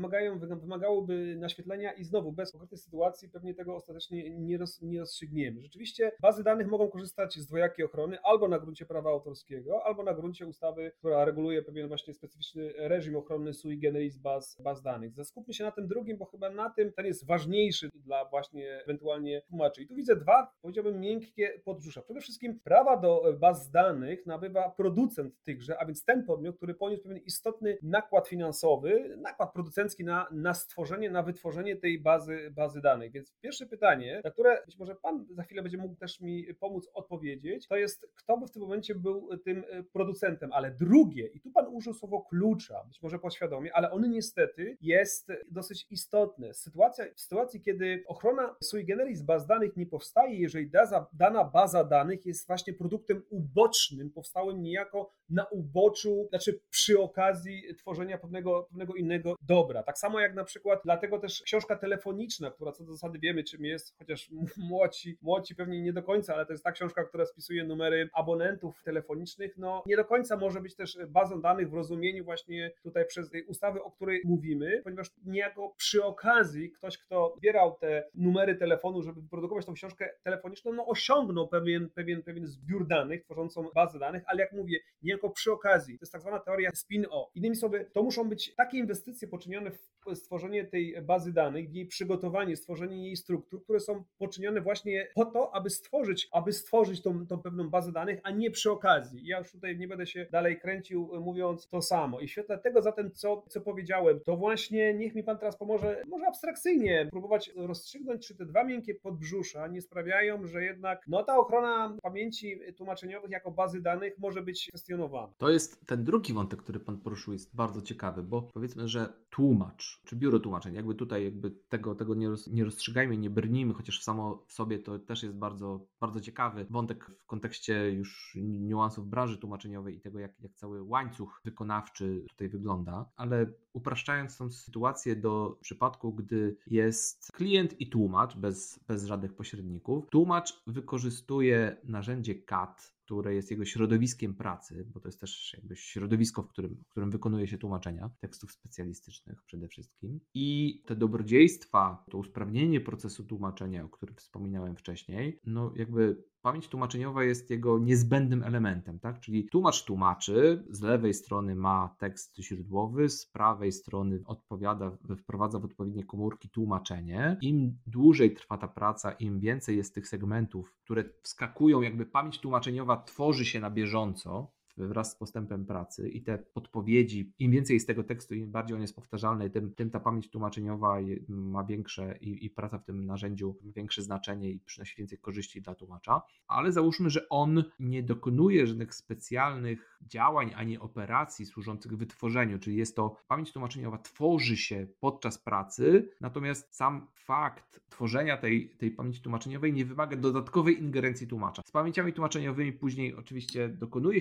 wymagałoby naświetlenia i znowu bez konkretnej sytuacji pewnie tego ostatecznie nie rozstrzygniemy. Rzeczywiście bazy danych mogą korzystać z dwojakiej ochrony albo na gruncie prawa autorskiego, albo na gruncie ustawy, która reguluje pewien właśnie specyficzny reżim ochrony sui generis baz danych. Skupmy się na tym drugim, bo chyba na tym ten jest ważniejszy dla właśnie ewentualnie tłumaczy. I tu widzę dwa, powiedziałbym, miękkie podbrzusza. Przede wszystkim prawa do baz danych nabywa producent tychże, a więc ten podmiot, który poniósł pewien istotny nakład finansowy, nakład producencki na stworzenie, na wytworzenie tej bazy danych. Więc pierwsze pytanie, na które być może Pan za chwilę będzie mógł też mi pomóc odpowiedzieć, to jest, kto by w tym momencie był tym producentem, ale drugie, i tu Pan użył słowo klucza, być może podświadomie, ale on niestety jest dosyć istotny. W sytuacji, kiedy ochrona sui generis baz danych nie powstaje, jeżeli dana baza danych jest właśnie produktem ubocznym, powstałym niejako na uboczu, znaczy przy okazji tworzenia pewnego innego dobra. Tak samo jak na przykład, dlatego też książka telefoniczna, która co do zasady wiemy czym jest, chociaż młodzi pewnie nie do końca, ale to jest ta książka, która spisuje numery abonentów telefonicznych, no nie do końca może być też bazą danych w rozumieniu właśnie tutaj przez tej ustawy, o której mówimy, ponieważ niejako przy okazji ktoś, kto zbierał te numery telefonu, żeby wyprodukować tą książkę telefoniczną, no osiągnął pewien zbiór danych, tworzącą bazę danych, ale jak mówię, niejako przy okazji. To jest tak zwana teoria spin-off. Innymi słowy, to muszą być takie inwestycje poczynione w stworzenie tej bazy danych, w jej przygotowanie, stworzenie jej struktur, które są poczynione właśnie po to, aby stworzyć tą pewną bazę danych, a nie przy okazji. Ja już tutaj nie będę się dalej kręcił, mówiąc to samo. I w świetle tego zatem, co powiedziałem, to właśnie niech mi Pan teraz pomoże, może abstrakcyjnie próbować rozstrzygnąć, czy te dwa miękkie podbrzusza nie sprawiają, że jednak ta ochrona pamięci tłumaczeniowych jako bazy danych może być kwestionowana. To jest ten drugi wątek, który Pan poruszył, jest bardzo ciekawy, bo powiedzmy, że tłumacz, czy biuro tłumaczeń, jakby tego nie rozstrzygajmy, nie brnijmy, chociaż samo w sobie to też jest bardzo, bardzo ciekawy wątek w kontekście już niuansów branży tłumaczeniowej i tego, jak cały łańcuch wykonawczy tutaj wygląda, ale upraszczając tą sytuację do przypadku, gdy jest klient i tłumacz bez żadnych pośredników, tłumacz wykorzystuje narzędzie CAT, które jest jego środowiskiem pracy, bo to jest też jakby środowisko, w którym wykonuje się tłumaczenia tekstów specjalistycznych przede wszystkim. I te dobrodziejstwa, to usprawnienie procesu tłumaczenia, o którym wspominałem wcześniej, jakby pamięć tłumaczeniowa jest jego niezbędnym elementem, tak? Czyli tłumacz tłumaczy, z lewej strony ma tekst źródłowy, z prawej strony wprowadza w odpowiednie komórki tłumaczenie. Im dłużej trwa ta praca, im więcej jest tych segmentów, które wskakują, jakby pamięć tłumaczeniowa tworzy się na bieżąco wraz z postępem pracy i te podpowiedzi, im więcej jest tego tekstu, im bardziej on jest powtarzalny, tym ta pamięć tłumaczeniowa ma większe i praca w tym narzędziu ma większe znaczenie i przynosi więcej korzyści dla tłumacza. Ale załóżmy, że on nie dokonuje żadnych specjalnych działań ani operacji służących wytworzeniu, czyli jest to pamięć tłumaczeniowa tworzy się podczas pracy, natomiast sam fakt tworzenia tej pamięci tłumaczeniowej nie wymaga dodatkowej ingerencji tłumacza. Z pamięciami tłumaczeniowymi później oczywiście dokonuje się dalszych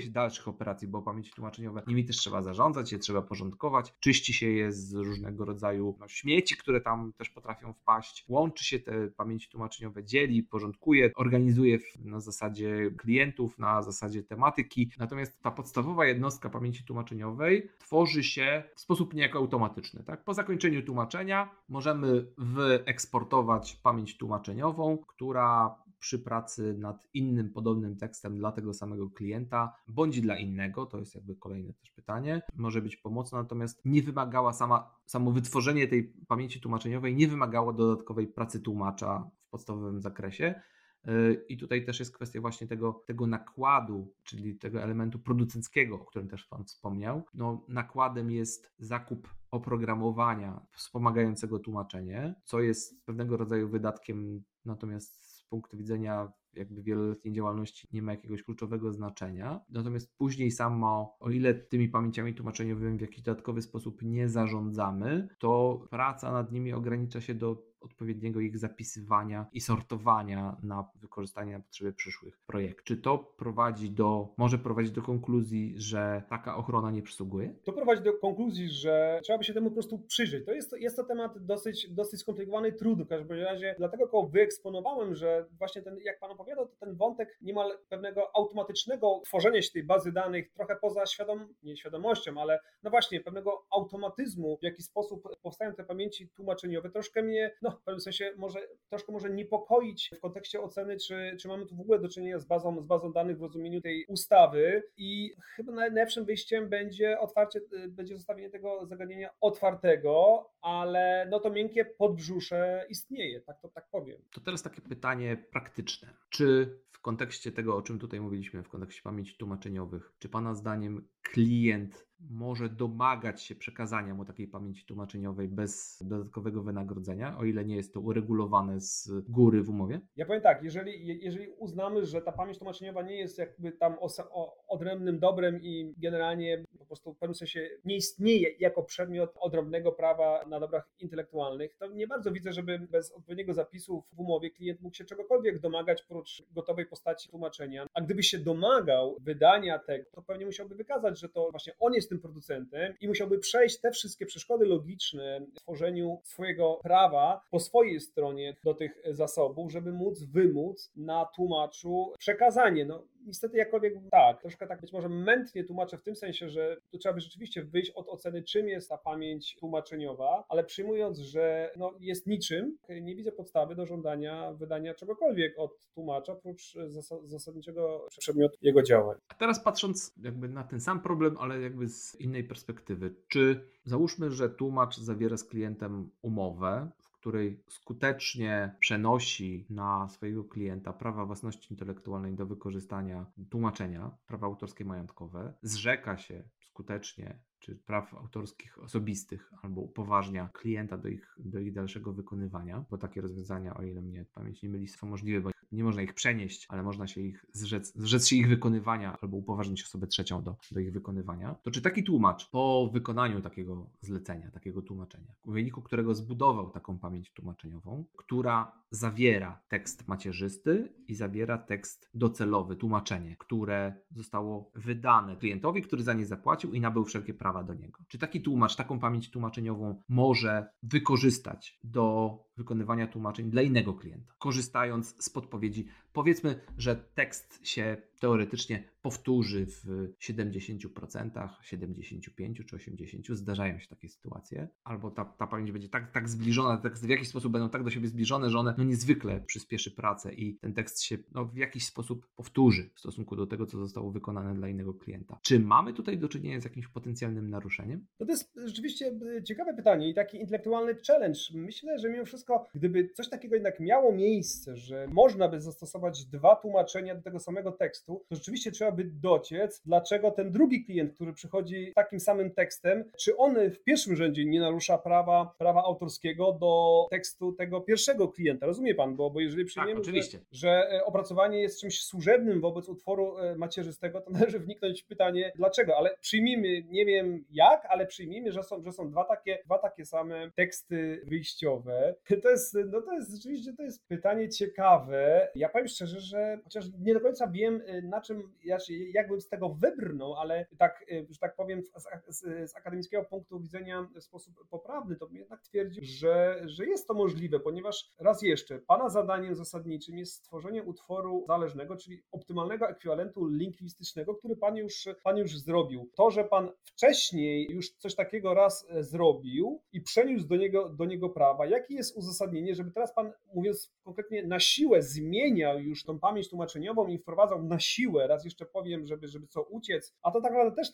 dalszych operacji, bo pamięci tłumaczeniowe, nimi też trzeba zarządzać, je trzeba porządkować, czyści się je z różnego rodzaju śmieci, które tam też potrafią wpaść, łączy się te pamięci tłumaczeniowe, dzieli, porządkuje, organizuje na zasadzie klientów, na zasadzie tematyki. Natomiast ta podstawowa jednostka pamięci tłumaczeniowej tworzy się w sposób niejako automatyczny. Tak? Po zakończeniu tłumaczenia możemy wyeksportować pamięć tłumaczeniową, która przy pracy nad innym podobnym tekstem dla tego samego klienta, bądź dla innego, to jest jakby kolejne też pytanie, może być pomocna, natomiast nie wymagała samo wytworzenie tej pamięci tłumaczeniowej nie wymagało dodatkowej pracy tłumacza w podstawowym zakresie. I tutaj też jest kwestia właśnie tego nakładu, czyli tego elementu producenckiego, o którym też Pan wspomniał. No, nakładem jest zakup oprogramowania wspomagającego tłumaczenie, co jest pewnego rodzaju wydatkiem, natomiast z punktu widzenia jakby wieloletniej działalności nie ma jakiegoś kluczowego znaczenia. Natomiast później o ile tymi pamięciami tłumaczeniowymi w jakiś dodatkowy sposób nie zarządzamy, to praca nad nimi ogranicza się do odpowiedniego ich zapisywania i sortowania na wykorzystanie na potrzeby przyszłych projektów. Czy to może prowadzić do konkluzji, że taka ochrona nie przysługuje? To prowadzi do konkluzji, że trzeba by się temu po prostu przyjrzeć. Jest to temat dosyć skomplikowany, trudny w każdym razie, dlatego go wyeksponowałem, że właśnie jak Pan opowiadał, to ten wątek niemal pewnego automatycznego tworzenia się tej bazy danych trochę poza nieświadomością, ale no właśnie pewnego automatyzmu, w jaki sposób powstają te pamięci tłumaczeniowe, troszkę mnie, w pewnym sensie może niepokoić w kontekście oceny, czy mamy tu w ogóle do czynienia z bazą danych w rozumieniu tej ustawy i chyba najlepszym wyjściem będzie zostawienie tego zagadnienia otwartego, ale to miękkie podbrzusze istnieje, tak powiem. To teraz takie pytanie praktyczne. Czy w kontekście tego, o czym tutaj mówiliśmy, w kontekście pamięci tłumaczeniowych, czy Pana zdaniem klient może domagać się przekazania mu takiej pamięci tłumaczeniowej bez dodatkowego wynagrodzenia, o ile nie jest to uregulowane z góry w umowie? Ja powiem tak, jeżeli uznamy, że ta pamięć tłumaczeniowa nie jest jakby tam odrębnym dobrem i generalnie po prostu w pewnym sensie nie istnieje jako przedmiot odrębnego prawa na dobrach intelektualnych, to nie bardzo widzę, żeby bez odpowiedniego zapisu w umowie klient mógł się czegokolwiek domagać prócz gotowej postaci tłumaczenia. A gdyby się domagał wydania tego, to pewnie musiałby wykazać, że to właśnie on jest tym producentem i musiałby przejść te wszystkie przeszkody logiczne w tworzeniu swojego prawa po swojej stronie do tych zasobów, żeby wymóc na tłumaczu przekazanie. Niestety jakkolwiek tak, troszkę tak być może mętnie tłumaczę w tym sensie, że tu trzeba by rzeczywiście wyjść od oceny, czym jest ta pamięć tłumaczeniowa, ale przyjmując, że jest niczym, nie widzę podstawy do żądania wydania czegokolwiek od tłumacza, oprócz zasadniczego przedmiotu jego działań. A teraz patrząc jakby na ten sam problem, ale jakby z innej perspektywy, czy załóżmy, że tłumacz zawiera z klientem umowę, w której skutecznie przenosi na swojego klienta prawa własności intelektualnej do wykorzystania tłumaczenia, prawa autorskie majątkowe, zrzeka się skutecznie czy praw autorskich osobistych albo upoważnia klienta do ich dalszego wykonywania, bo takie rozwiązania, o ile mnie pamięć nie myli, są możliwe, bo nie można ich przenieść, ale można się ich zrzec się ich wykonywania albo upoważnić osobę trzecią do ich wykonywania, to czy taki tłumacz po wykonaniu takiego zlecenia, takiego tłumaczenia, w wyniku którego zbudował taką pamięć tłumaczeniową, która zawiera tekst macierzysty i zawiera tekst docelowy, tłumaczenie, które zostało wydane klientowi, który za nie zapłacił i nabył wszelkie prawa do niego. Czy taki tłumacz taką pamięć tłumaczeniową może wykorzystać do wykonywania tłumaczeń dla innego klienta, korzystając z podpowiedzi? Powiedzmy, że tekst się teoretycznie powtórzy w 70%, 75% czy 80%. Zdarzają się takie sytuacje. Albo ta pamięć będzie tak zbliżona, teksty w jakiś sposób będą tak do siebie zbliżone, że one niezwykle przyspieszy pracę i ten tekst się w jakiś sposób powtórzy w stosunku do tego, co zostało wykonane dla innego klienta. Czy mamy tutaj do czynienia z jakimś potencjalnym naruszeniem? To jest rzeczywiście ciekawe pytanie i taki intelektualny challenge. Myślę, że mimo wszystko, gdyby coś takiego jednak miało miejsce, że można by zastosować dwa tłumaczenia do tego samego tekstu, to rzeczywiście trzeba by dociec, dlaczego ten drugi klient, który przychodzi takim samym tekstem, czy on w pierwszym rzędzie nie narusza prawa autorskiego do tekstu tego pierwszego klienta. Rozumie pan? Bo jeżeli przyjmiemy, że opracowanie jest czymś służebnym wobec utworu macierzystego, to należy wniknąć w pytanie dlaczego, ale przyjmijmy, nie wiem jak, ale przyjmijmy, że są dwa takie same teksty wyjściowe. To jest rzeczywiście pytanie ciekawe. Ja powiem szczerze, że chociaż nie do końca wiem, na czym, jakbym z tego wybrnął, ale tak, że tak powiem, z akademickiego punktu widzenia w sposób poprawny, to bym jednak twierdził, że jest to możliwe, ponieważ raz jeszcze, Pana zadaniem zasadniczym jest stworzenie utworu zależnego, czyli optymalnego ekwiwalentu lingwistycznego, który Pan już zrobił. To, że Pan wcześniej już coś takiego raz zrobił i przeniósł do niego prawa, jakie jest uzasadnienie, żeby teraz Pan, mówiąc konkretnie, na siłę zmieniał już tą pamięć tłumaczeniową i wprowadzał na siłę, raz jeszcze powiem, żeby co uciec, a to tak naprawdę też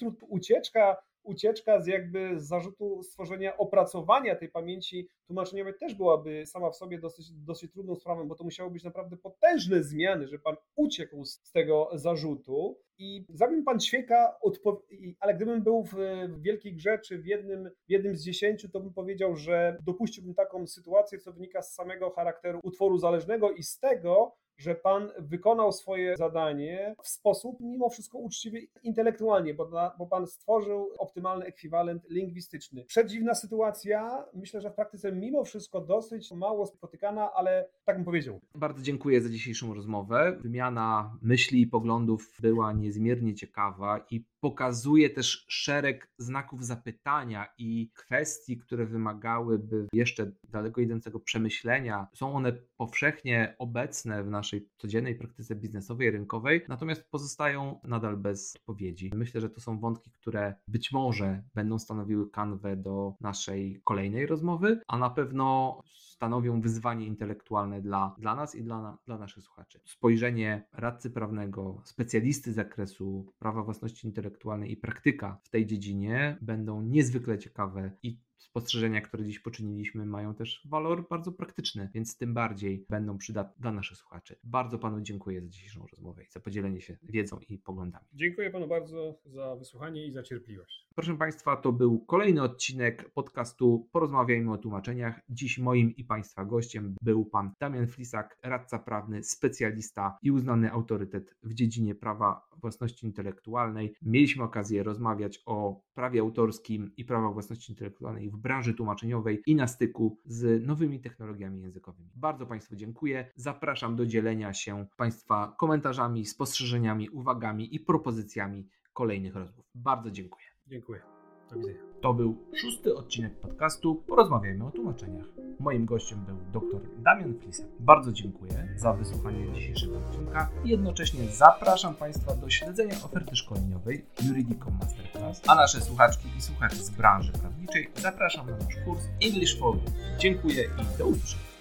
ucieczka z zarzutu stworzenia opracowania tej pamięci tłumaczeniowej też byłaby sama w sobie dosyć trudną sprawą, bo to musiały być naprawdę potężne zmiany, że Pan uciekł z tego zarzutu i zabił Pan ćwieka, ale gdybym był w wielkiej grze czy w jednym z 10, to bym powiedział, że dopuściłbym taką sytuację, co wynika z samego charakteru utworu zależnego i z tego, że Pan wykonał swoje zadanie w sposób mimo wszystko uczciwy intelektualnie, bo Pan stworzył optymalny ekwiwalent lingwistyczny. Przedziwna sytuacja, myślę, że w praktyce mimo wszystko dosyć mało spotykana, ale tak bym powiedział. Bardzo dziękuję za dzisiejszą rozmowę. Wymiana myśli i poglądów była niezmiernie ciekawa i pokazuje też szereg znaków zapytania i kwestii, które wymagałyby jeszcze daleko idącego przemyślenia. Są one powszechnie obecne w naszej codziennej praktyce biznesowej, rynkowej, natomiast pozostają nadal bez odpowiedzi. Myślę, że to są wątki, które być może będą stanowiły kanwę do naszej kolejnej rozmowy, a na pewno stanowią wyzwanie intelektualne dla nas i dla naszych słuchaczy. Spojrzenie radcy prawnego, specjalisty z zakresu prawa własności intelektualnej i praktyka w tej dziedzinie będą niezwykle ciekawe i spostrzeżenia, które dziś poczyniliśmy, mają też walor bardzo praktyczny, więc tym bardziej będą przydatne dla naszych słuchaczy. Bardzo Panu dziękuję za dzisiejszą rozmowę i za podzielenie się wiedzą i poglądami. Dziękuję Panu bardzo za wysłuchanie i za cierpliwość. Proszę Państwa, to był kolejny odcinek podcastu Porozmawiajmy o tłumaczeniach. Dziś moim i Państwa gościem był Pan Damian Flisak, radca prawny, specjalista i uznany autorytet w dziedzinie prawa własności intelektualnej. Mieliśmy okazję rozmawiać o prawie autorskim i prawa własności intelektualnej w branży tłumaczeniowej i na styku z nowymi technologiami językowymi. Bardzo Państwu dziękuję. Zapraszam do dzielenia się Państwa komentarzami, spostrzeżeniami, uwagami i propozycjami kolejnych rozmów. Bardzo dziękuję. Dziękuję. Do widzenia. To był 6. odcinek podcastu Porozmawiajmy o tłumaczeniach. Moim gościem był dr Damian Flisak. Bardzo dziękuję za wysłuchanie dzisiejszego odcinka i jednocześnie zapraszam Państwa do śledzenia oferty szkoleniowej Juridicum Masterclass, a nasze słuchaczki i słuchaczy z branży prawniczej zapraszam na nasz kurs English for You. Dziękuję i do usłyszenia.